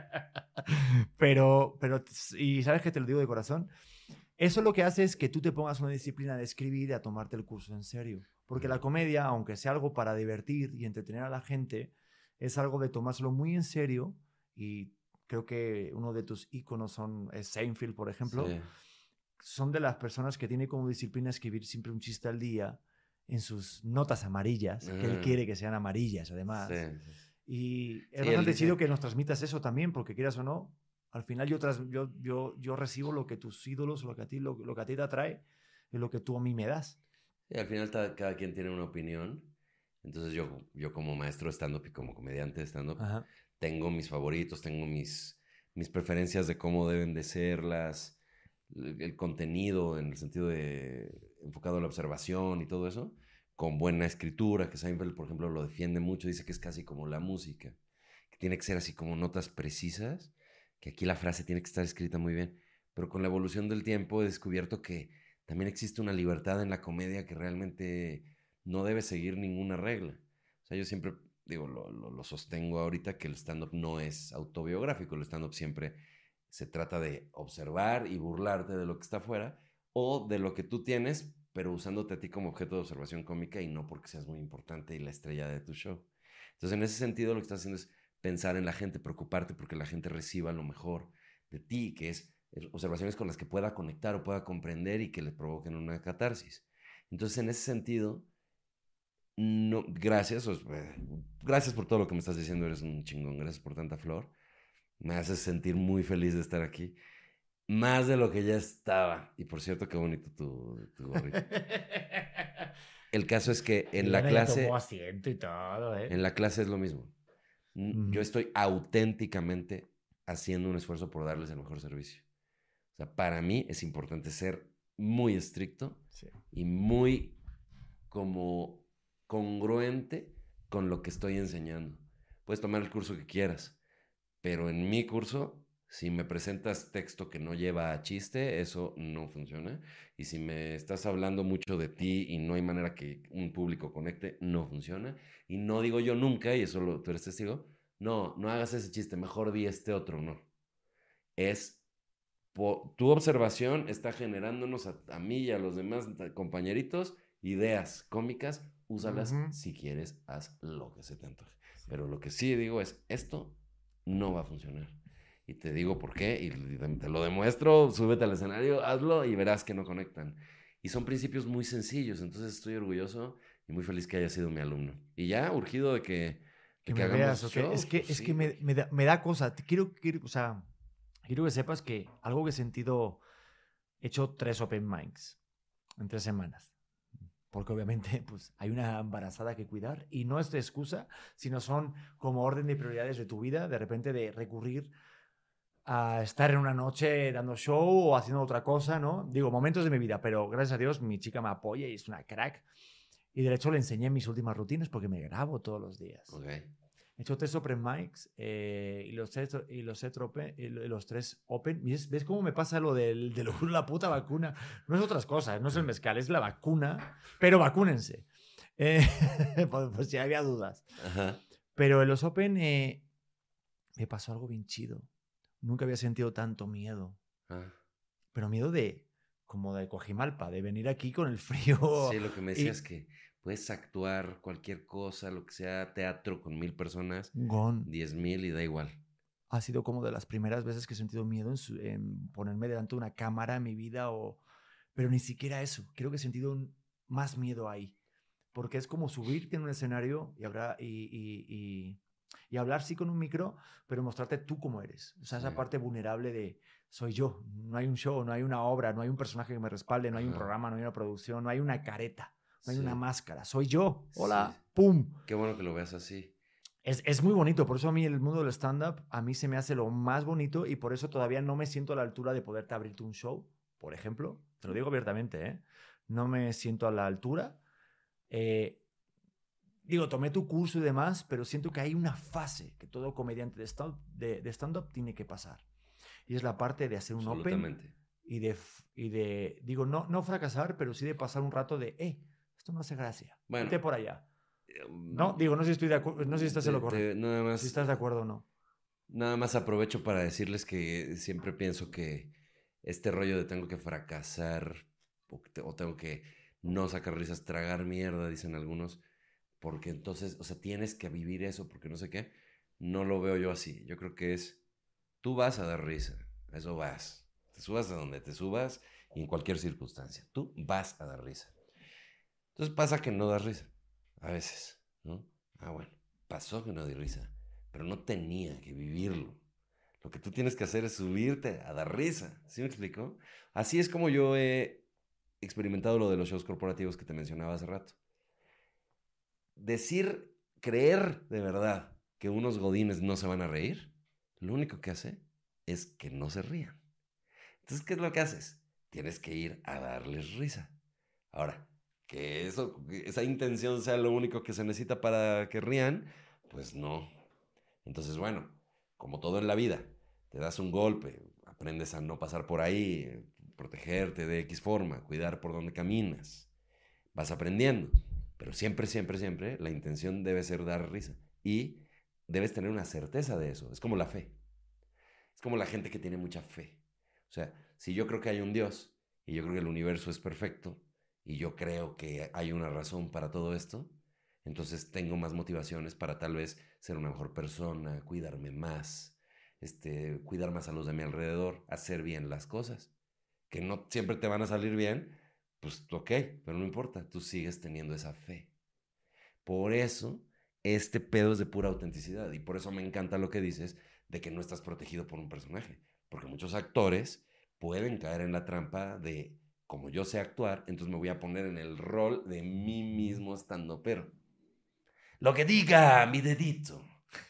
Pero, pero, y sabes que te lo digo de corazón, eso lo que hace es que tú te pongas una disciplina de escribir y a tomarte el curso en serio. Porque la comedia, aunque sea algo para divertir y entretener a la gente, es algo de tomárselo muy en serio. Y creo que uno de tus íconos son es Seinfeld, por ejemplo. Sí. Son de las personas que tiene como disciplina escribir siempre un chiste al día en sus notas amarillas, que él Ah, quiere que sean amarillas sí, además. sí, sí. Y es Sí, él bastante chido dice, que nos transmitas eso también, porque quieras o no, al final yo, tras, yo, yo, yo recibo lo que tus ídolos, lo que a ti, lo, lo que a ti te atrae, es lo que tú a mí me das. sí, al final ta- cada quien tiene una opinión. Entonces yo, yo como maestro de stand-up y como comediante de stand-up, Ajá. tengo mis favoritos, tengo mis, mis preferencias de cómo deben de ser las, el, el contenido en el sentido de enfocado a la observación y todo eso, con buena escritura, que Seinfeld, por ejemplo, lo defiende mucho, dice que es casi como la música, que tiene que ser así como notas precisas, que aquí la frase tiene que estar escrita muy bien, pero con la evolución del tiempo he descubierto que también existe una libertad en la comedia que realmente no debe seguir ninguna regla. O sea, yo siempre digo, lo, lo, lo sostengo ahorita que el stand-up no es autobiográfico, el stand-up siempre se trata de observar y burlarte de lo que está afuera o de lo que tú tienes, pero usándote a ti como objeto de observación cómica y no porque seas muy importante y la estrella de tu show. Entonces, en ese sentido, lo que estás haciendo es pensar en la gente, preocuparte porque la gente reciba lo mejor de ti, que es observaciones con las que pueda conectar o pueda comprender y que le provoquen una catarsis. Entonces, en ese sentido, no, gracias, os- eh, gracias por todo lo que me estás diciendo, eres un chingón, gracias por tanta flor. Me haces sentir muy feliz de estar aquí, más de lo que ya estaba. Y por cierto, qué bonito tu, tu gorrito. El caso es que en la Diana ya tomó clase, asiento y todo, ¿eh? en la clase es lo mismo. N- Yo Ujú. estoy auténticamente haciendo un esfuerzo por darles el mejor servicio. O sea, para mí es importante ser muy estricto Sí. y muy como congruente con lo que estoy enseñando. Puedes tomar el curso que quieras, pero en mi curso, si me presentas texto que no lleva a chiste, eso no funciona. Y si me estás hablando mucho de ti y no hay manera que un público conecte, no funciona. Y no digo yo nunca, y eso lo, tú eres testigo, no, no hagas ese chiste, mejor di este otro, no. Es po- tu observación está generándonos a, a mí y a los demás compañeritos ideas cómicas, úsalas Ujú. si quieres, haz lo que se te antoje. Sí. Pero lo que sí digo es, esto no va a funcionar. Y te digo por qué, y te lo demuestro, súbete al escenario, hazlo y verás que no conectan. Y son principios muy sencillos, entonces estoy orgulloso y muy feliz que haya sido mi alumno. Y ya, urgido de que, de Que que me veas, hagamos ¿ok? Es shows, que, pues es que sí, me, güey. me da, me da cosa. Te quiero, quiero, o sea, quiero que sepas que algo que he sentido, he hecho tres open mics en tres semanas. Porque obviamente pues, hay una embarazada que cuidar y no es de excusa, sino son como orden de prioridades de tu vida, de repente de recurrir a estar en una noche dando show o haciendo otra cosa, ¿no? Digo, momentos de mi vida, pero gracias a Dios mi chica me apoya y es una crack. Y de hecho le enseñé mis últimas rutinas porque me grabo todos los días. Ok. He hecho tres open mics eh, y, los tres, y, los open, y los tres open. ¿Ves, ¿Ves cómo me pasa lo del, de lo, la puta vacuna? No es otras cosas, no es el mezcal, es la vacuna, pero vacúnense. Eh, pues, pues si había dudas. Ajá. Pero en los open eh, me pasó algo bien chido. Nunca había sentido tanto miedo. Ah. Pero miedo de, como de Coajimalpa, de venir aquí con el frío. Sí, lo que me y decías es que puedes actuar cualquier cosa, lo que sea teatro con mil personas, Gon, diez mil y da igual. ha sido como de las primeras veces que he sentido miedo en, su- en ponerme delante de una cámara en mi vida, o, pero ni siquiera eso. Creo que he sentido un- más miedo ahí, porque es como subirte en un escenario y, hablar, y, y, y, y hablar sí con un micro, pero mostrarte tú como eres. O sea, Sí. esa parte vulnerable de soy yo. No hay un show, no hay una obra, no hay un personaje que me respalde, no hay un Ajá. programa, no hay una producción, no hay una careta, no hay Sí. una máscara. Soy yo. Sí. Hola, pum. Qué bueno que lo veas así. Es, es muy bonito, por eso a mí el mundo del stand-up a mí se me hace lo más bonito y por eso todavía no me siento a la altura de poderte abrirte un show, por ejemplo. Te lo digo abiertamente, ¿eh? No me siento a la altura. Eh, digo, tomé tu curso y demás, pero siento que hay una fase que todo comediante de stand-up de, de stand-up tiene que pasar. Y es la parte de hacer un open Absolutamente. y de, f- y de digo, no, no fracasar, pero sí de pasar un rato de, eh, esto no hace gracia. Bueno. Vete por allá. Um, No, digo, no sé si estoy de acuerdo, no sé si estás en te- lo correcto. te- nada más, Si estás de acuerdo o no. Nada más aprovecho para decirles que siempre pienso que este rollo de tengo que fracasar o, te- o tengo que no sacar risas, tragar mierda, dicen algunos, porque entonces, o sea, tienes que vivir eso porque no sé qué, no lo veo yo así. Yo creo que es, tú vas a dar risa, a eso vas. Te subas a donde te subas y en cualquier circunstancia, tú vas a dar risa. Entonces pasa que no das risa, a veces, ¿no? Ah, bueno, pasó que no di risa, pero no tenía que vivirlo. Lo que tú tienes que hacer es subirte a dar risa, ¿sí me explico? Así es como yo he experimentado lo de los shows corporativos que te mencionaba hace rato. Decir, creer de verdad que unos godines no se van a reír, lo único que hace es que no se rían. Entonces, ¿qué es lo que haces? Tienes que ir a darles risa. Ahora, que eso, que esa intención sea lo único que se necesita para que rían, pues no. Entonces, bueno, como todo en la vida, te das un golpe, aprendes a no pasar por ahí, protegerte de X forma, cuidar por donde caminas, vas aprendiendo. Pero siempre, siempre, siempre la intención debe ser dar risa. Y debes tener una certeza de eso. Es como la fe. Es como la gente que tiene mucha fe. O sea, si yo creo que hay un Dios y yo creo que el universo es perfecto y yo creo que hay una razón para todo esto, entonces tengo más motivaciones para tal vez ser una mejor persona, cuidarme más, este, cuidar más a los de mi alrededor, hacer bien las cosas. Que no siempre te van a salir bien, pues ok, pero no importa, tú sigues teniendo esa fe. Por eso, este pedo es de pura autenticidad y por eso me encanta lo que dices de que no estás protegido por un personaje. Porque muchos actores pueden caer en la trampa de, como yo sé actuar, entonces me voy a poner en el rol de mí mismo estando pero. Lo que diga mi dedito.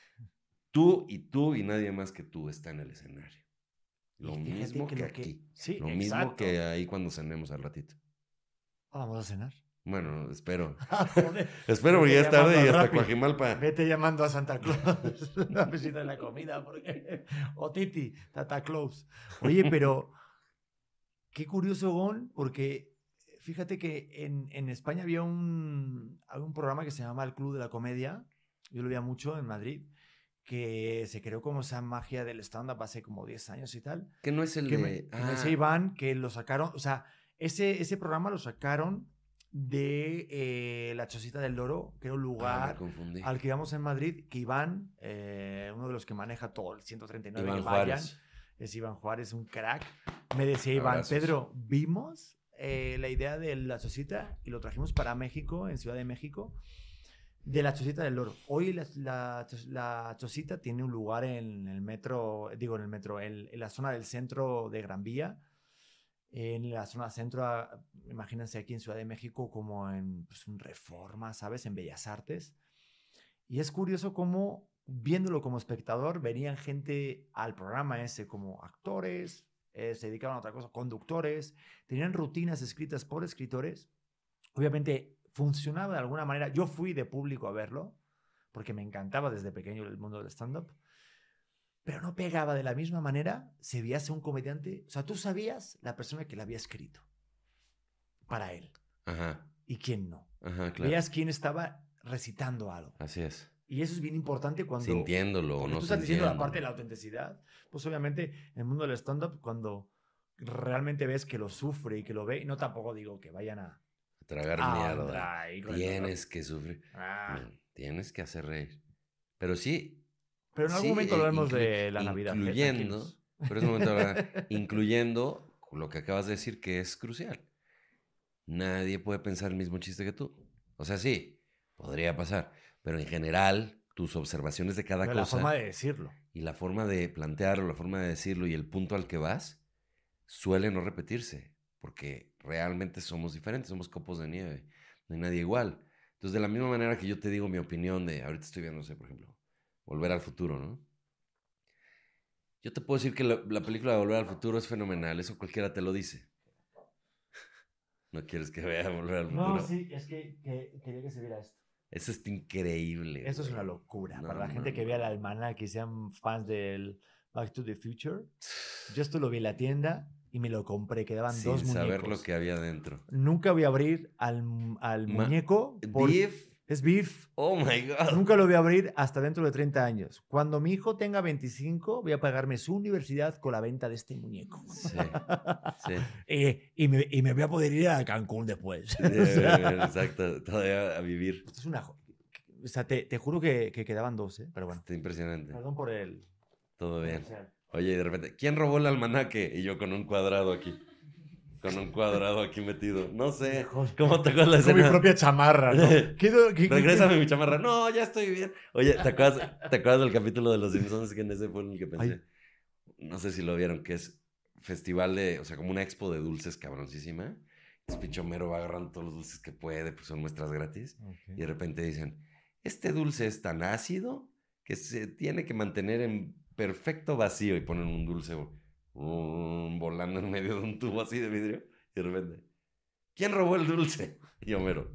Tú y tú y nadie más que tú está en el escenario. Lo Y fíjate mismo que que lo que... aquí. Sí, Lo mismo exacto. que ahí cuando cenemos al ratito. Ah, vamos a cenar. Bueno, espero. Ah, joder. Espero porque Vete ya es tarde llamando y al hasta Rappi. Coajimalpa. Vete llamando a Santa Claus a visita de la comida. Porque... O Titi, Tata Claus. Oye, pero qué curioso, Gon, porque fíjate que en, en España había un, había un programa que se llama El Club de la Comedia. Yo lo veía mucho en Madrid, que se creó como esa magia del stand-up hace como diez años y tal. Que no es el Que me, de. que me decía Ah, Iván que lo sacaron, o sea, ese, ese programa lo sacaron de eh, La Chocita del Loro, que era un ah, me lugar confundí. al que íbamos en Madrid, que Iván, eh, uno de los que maneja todo el ciento treinta y nueve, Iván que vayan, Juárez. es Iván Juárez, un crack. Me decía Iván, Abrazos. Pedro, vimos eh, la idea de La Chocita y lo trajimos para México, en Ciudad de México, de La Chocita del Loro. Hoy la, la, la Chocita tiene un lugar en el metro, digo en el metro, en, en la zona del centro de Gran Vía, en la zona centro, a- imagínense aquí en Ciudad de México como en pues, un Reforma, ¿sabes? En Bellas Artes. Y es curioso cómo, viéndolo como espectador, venían gente al programa ese como actores, eh, se dedicaban a otra cosa, conductores, tenían rutinas escritas por escritores. Obviamente funcionaba de alguna manera. Yo fui de público a verlo, porque me encantaba desde pequeño el mundo del stand-up, pero no pegaba de la misma manera si veías a un comediante. O sea, tú sabías la persona que la había escrito para él Ajá, y quién no. ajá, claro. Veías quién estaba recitando algo. Así es. Y eso es bien importante cuando... Sintiéndolo o Porque no tú estás diciendo la sintiéndolo. parte de la autenticidad. Pues obviamente en el mundo del stand-up, cuando realmente ves que lo sufre y que lo ve, y no tampoco digo que vayan a... Tragar Ah, mierda. ay, con el Tienes que sufrir. Ah. No, tienes que hacer reír. Pero sí. Pero en algún sí, momento eh, hablaremos inclu- de la Navidad. ¿eh? Incluyendo, Tranquilos. pero es un momento de hablar, incluyendo lo que acabas de decir que es crucial. Nadie puede pensar el mismo chiste que tú. O sea, sí, podría pasar. Pero en general, tus observaciones de cada Pero cosa... la forma de decirlo. Y la forma de plantearlo, la forma de decirlo y el punto al que vas suele no repetirse, porque realmente somos diferentes, somos copos de nieve, no hay nadie igual. Entonces, de la misma manera que yo te digo mi opinión de, ahorita estoy viendo, no sé, por ejemplo, Volver al Futuro, ¿no? Yo te puedo decir que la, la película de Volver al Futuro es fenomenal, eso cualquiera te lo dice. ¿No quieres que vea Volver al Futuro? No, sí, es que, que quería que se viera esto. Eso está increíble. Eso es güey. una locura. No, Para la no, gente que no. vea el almanaque y sean fans del Back to the Future, yo esto lo vi en la tienda y me lo compré. Quedaban Sin dos muñecos. saber lo que había dentro. Nunca voy a abrir al, al Ma- muñeco. por- Beef. Es Beef. Oh my God. Nunca lo voy a abrir hasta dentro de treinta años. Cuando mi hijo tenga veinticinco, voy a pagarme su universidad con la venta de este muñeco. Sí, sí. Eh, y, me, y me voy a poder ir a Cancún después. Sí, O sea, exacto, todavía a vivir. esto es una... jo- O sea, te, te juro que, que quedaban dos, ¿eh? Pero bueno. Está impresionante. Perdón por el... Todo bien. comercial. Oye, y de repente, ¿quién robó el almanaque? Y yo con un cuadrado aquí. Con un cuadrado aquí metido. No sé. Mejor. ¿Cómo te acuerdas la Con mi escena? propia chamarra, ¿no? ¿Qué- qué- Regrésame mi chamarra. No, ya estoy bien. Oye, ¿te acuerdas, ¿te acuerdas del capítulo de Los Simpsons que en ese fue en el que pensé? Ay. No sé si lo vieron, que es festival de, o sea, como una expo de dulces cabroncísima. Entonces pinche Homero va agarrando todos los dulces que puede, pues son muestras gratis. Y de repente dicen, este dulce es tan ácido que se tiene que mantener en perfecto vacío. Y ponen un dulce um, volando en medio de un tubo así de vidrio. Y de repente, ¿quién robó el dulce? Y Homero.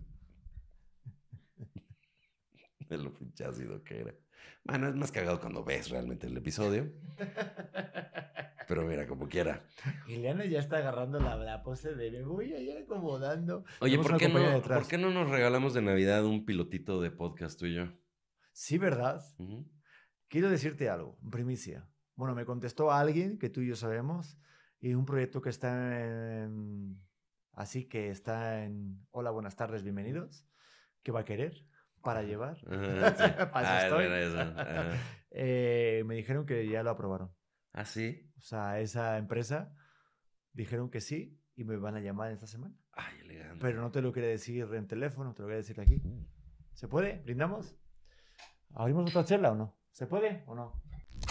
De lo pinche ácido que era. Bueno, es más cagado cuando ves realmente el episodio. Pero mira, como quiera. Ileana ya está agarrando la, la pose de me voy a ir acomodando. Oye, Tenemos ¿por una qué, compañera no, detrás. ¿por qué no nos regalamos de Navidad un pilotito de podcast tú y yo? Sí, ¿verdad? Ujú. Quiero decirte algo, primicia. Bueno, me contestó alguien que tú y yo sabemos y un proyecto que está en... Así que está en... Hola, buenas tardes, bienvenidos. ¿Qué va a querer? Para llevar. Ajá, sí. Para Ah, eso estoy. era eso. Ajá. Eh, me dijeron que ya lo aprobaron. ¿Ah, sí? O sea, esa empresa dijeron que sí y me van a llamar esta semana. Ay, elegante. Pero no te lo quería decir en teléfono, te lo voy a decir aquí. ¿Se puede? ¿Brindamos? ¿Abrimos otra chela o no? ¿Se puede o no?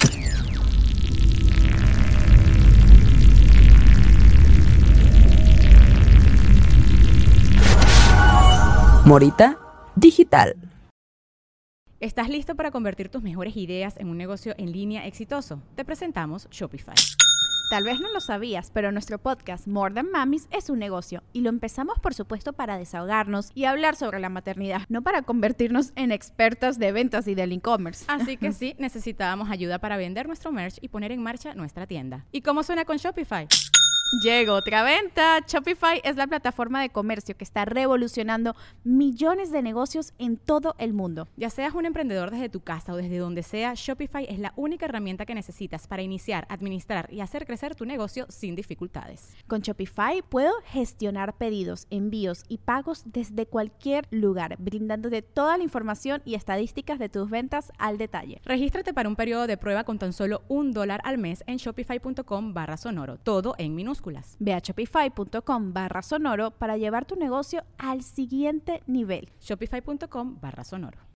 Morita Digital. ¿Estás listo para convertir tus mejores ideas en un negocio en línea exitoso? Te presentamos Shopify. Tal vez no lo sabías, pero nuestro podcast More Than Mamis es un negocio y lo empezamos por supuesto para desahogarnos y hablar sobre la maternidad, no para convertirnos en expertas de ventas y del e-commerce. Así que sí, necesitábamos ayuda para vender nuestro merch y poner en marcha nuestra tienda. ¿Y cómo suena con Shopify? Llegó otra venta. Shopify es la plataforma de comercio que está revolucionando millones de negocios en todo el mundo. Ya seas un emprendedor desde tu casa o desde donde sea, Shopify es la única herramienta que necesitas para iniciar, administrar y hacer crecer tu negocio sin dificultades. Con Shopify puedo gestionar pedidos, envíos y pagos desde cualquier lugar, brindándote toda la información y estadísticas de tus ventas al detalle. Regístrate para un periodo de prueba con tan solo un dólar al mes en shopify.com barra sonoro, todo en minúsculas. Ve a shopify.com barra sonoro para llevar tu negocio al siguiente nivel. Shopify.com barra sonoro.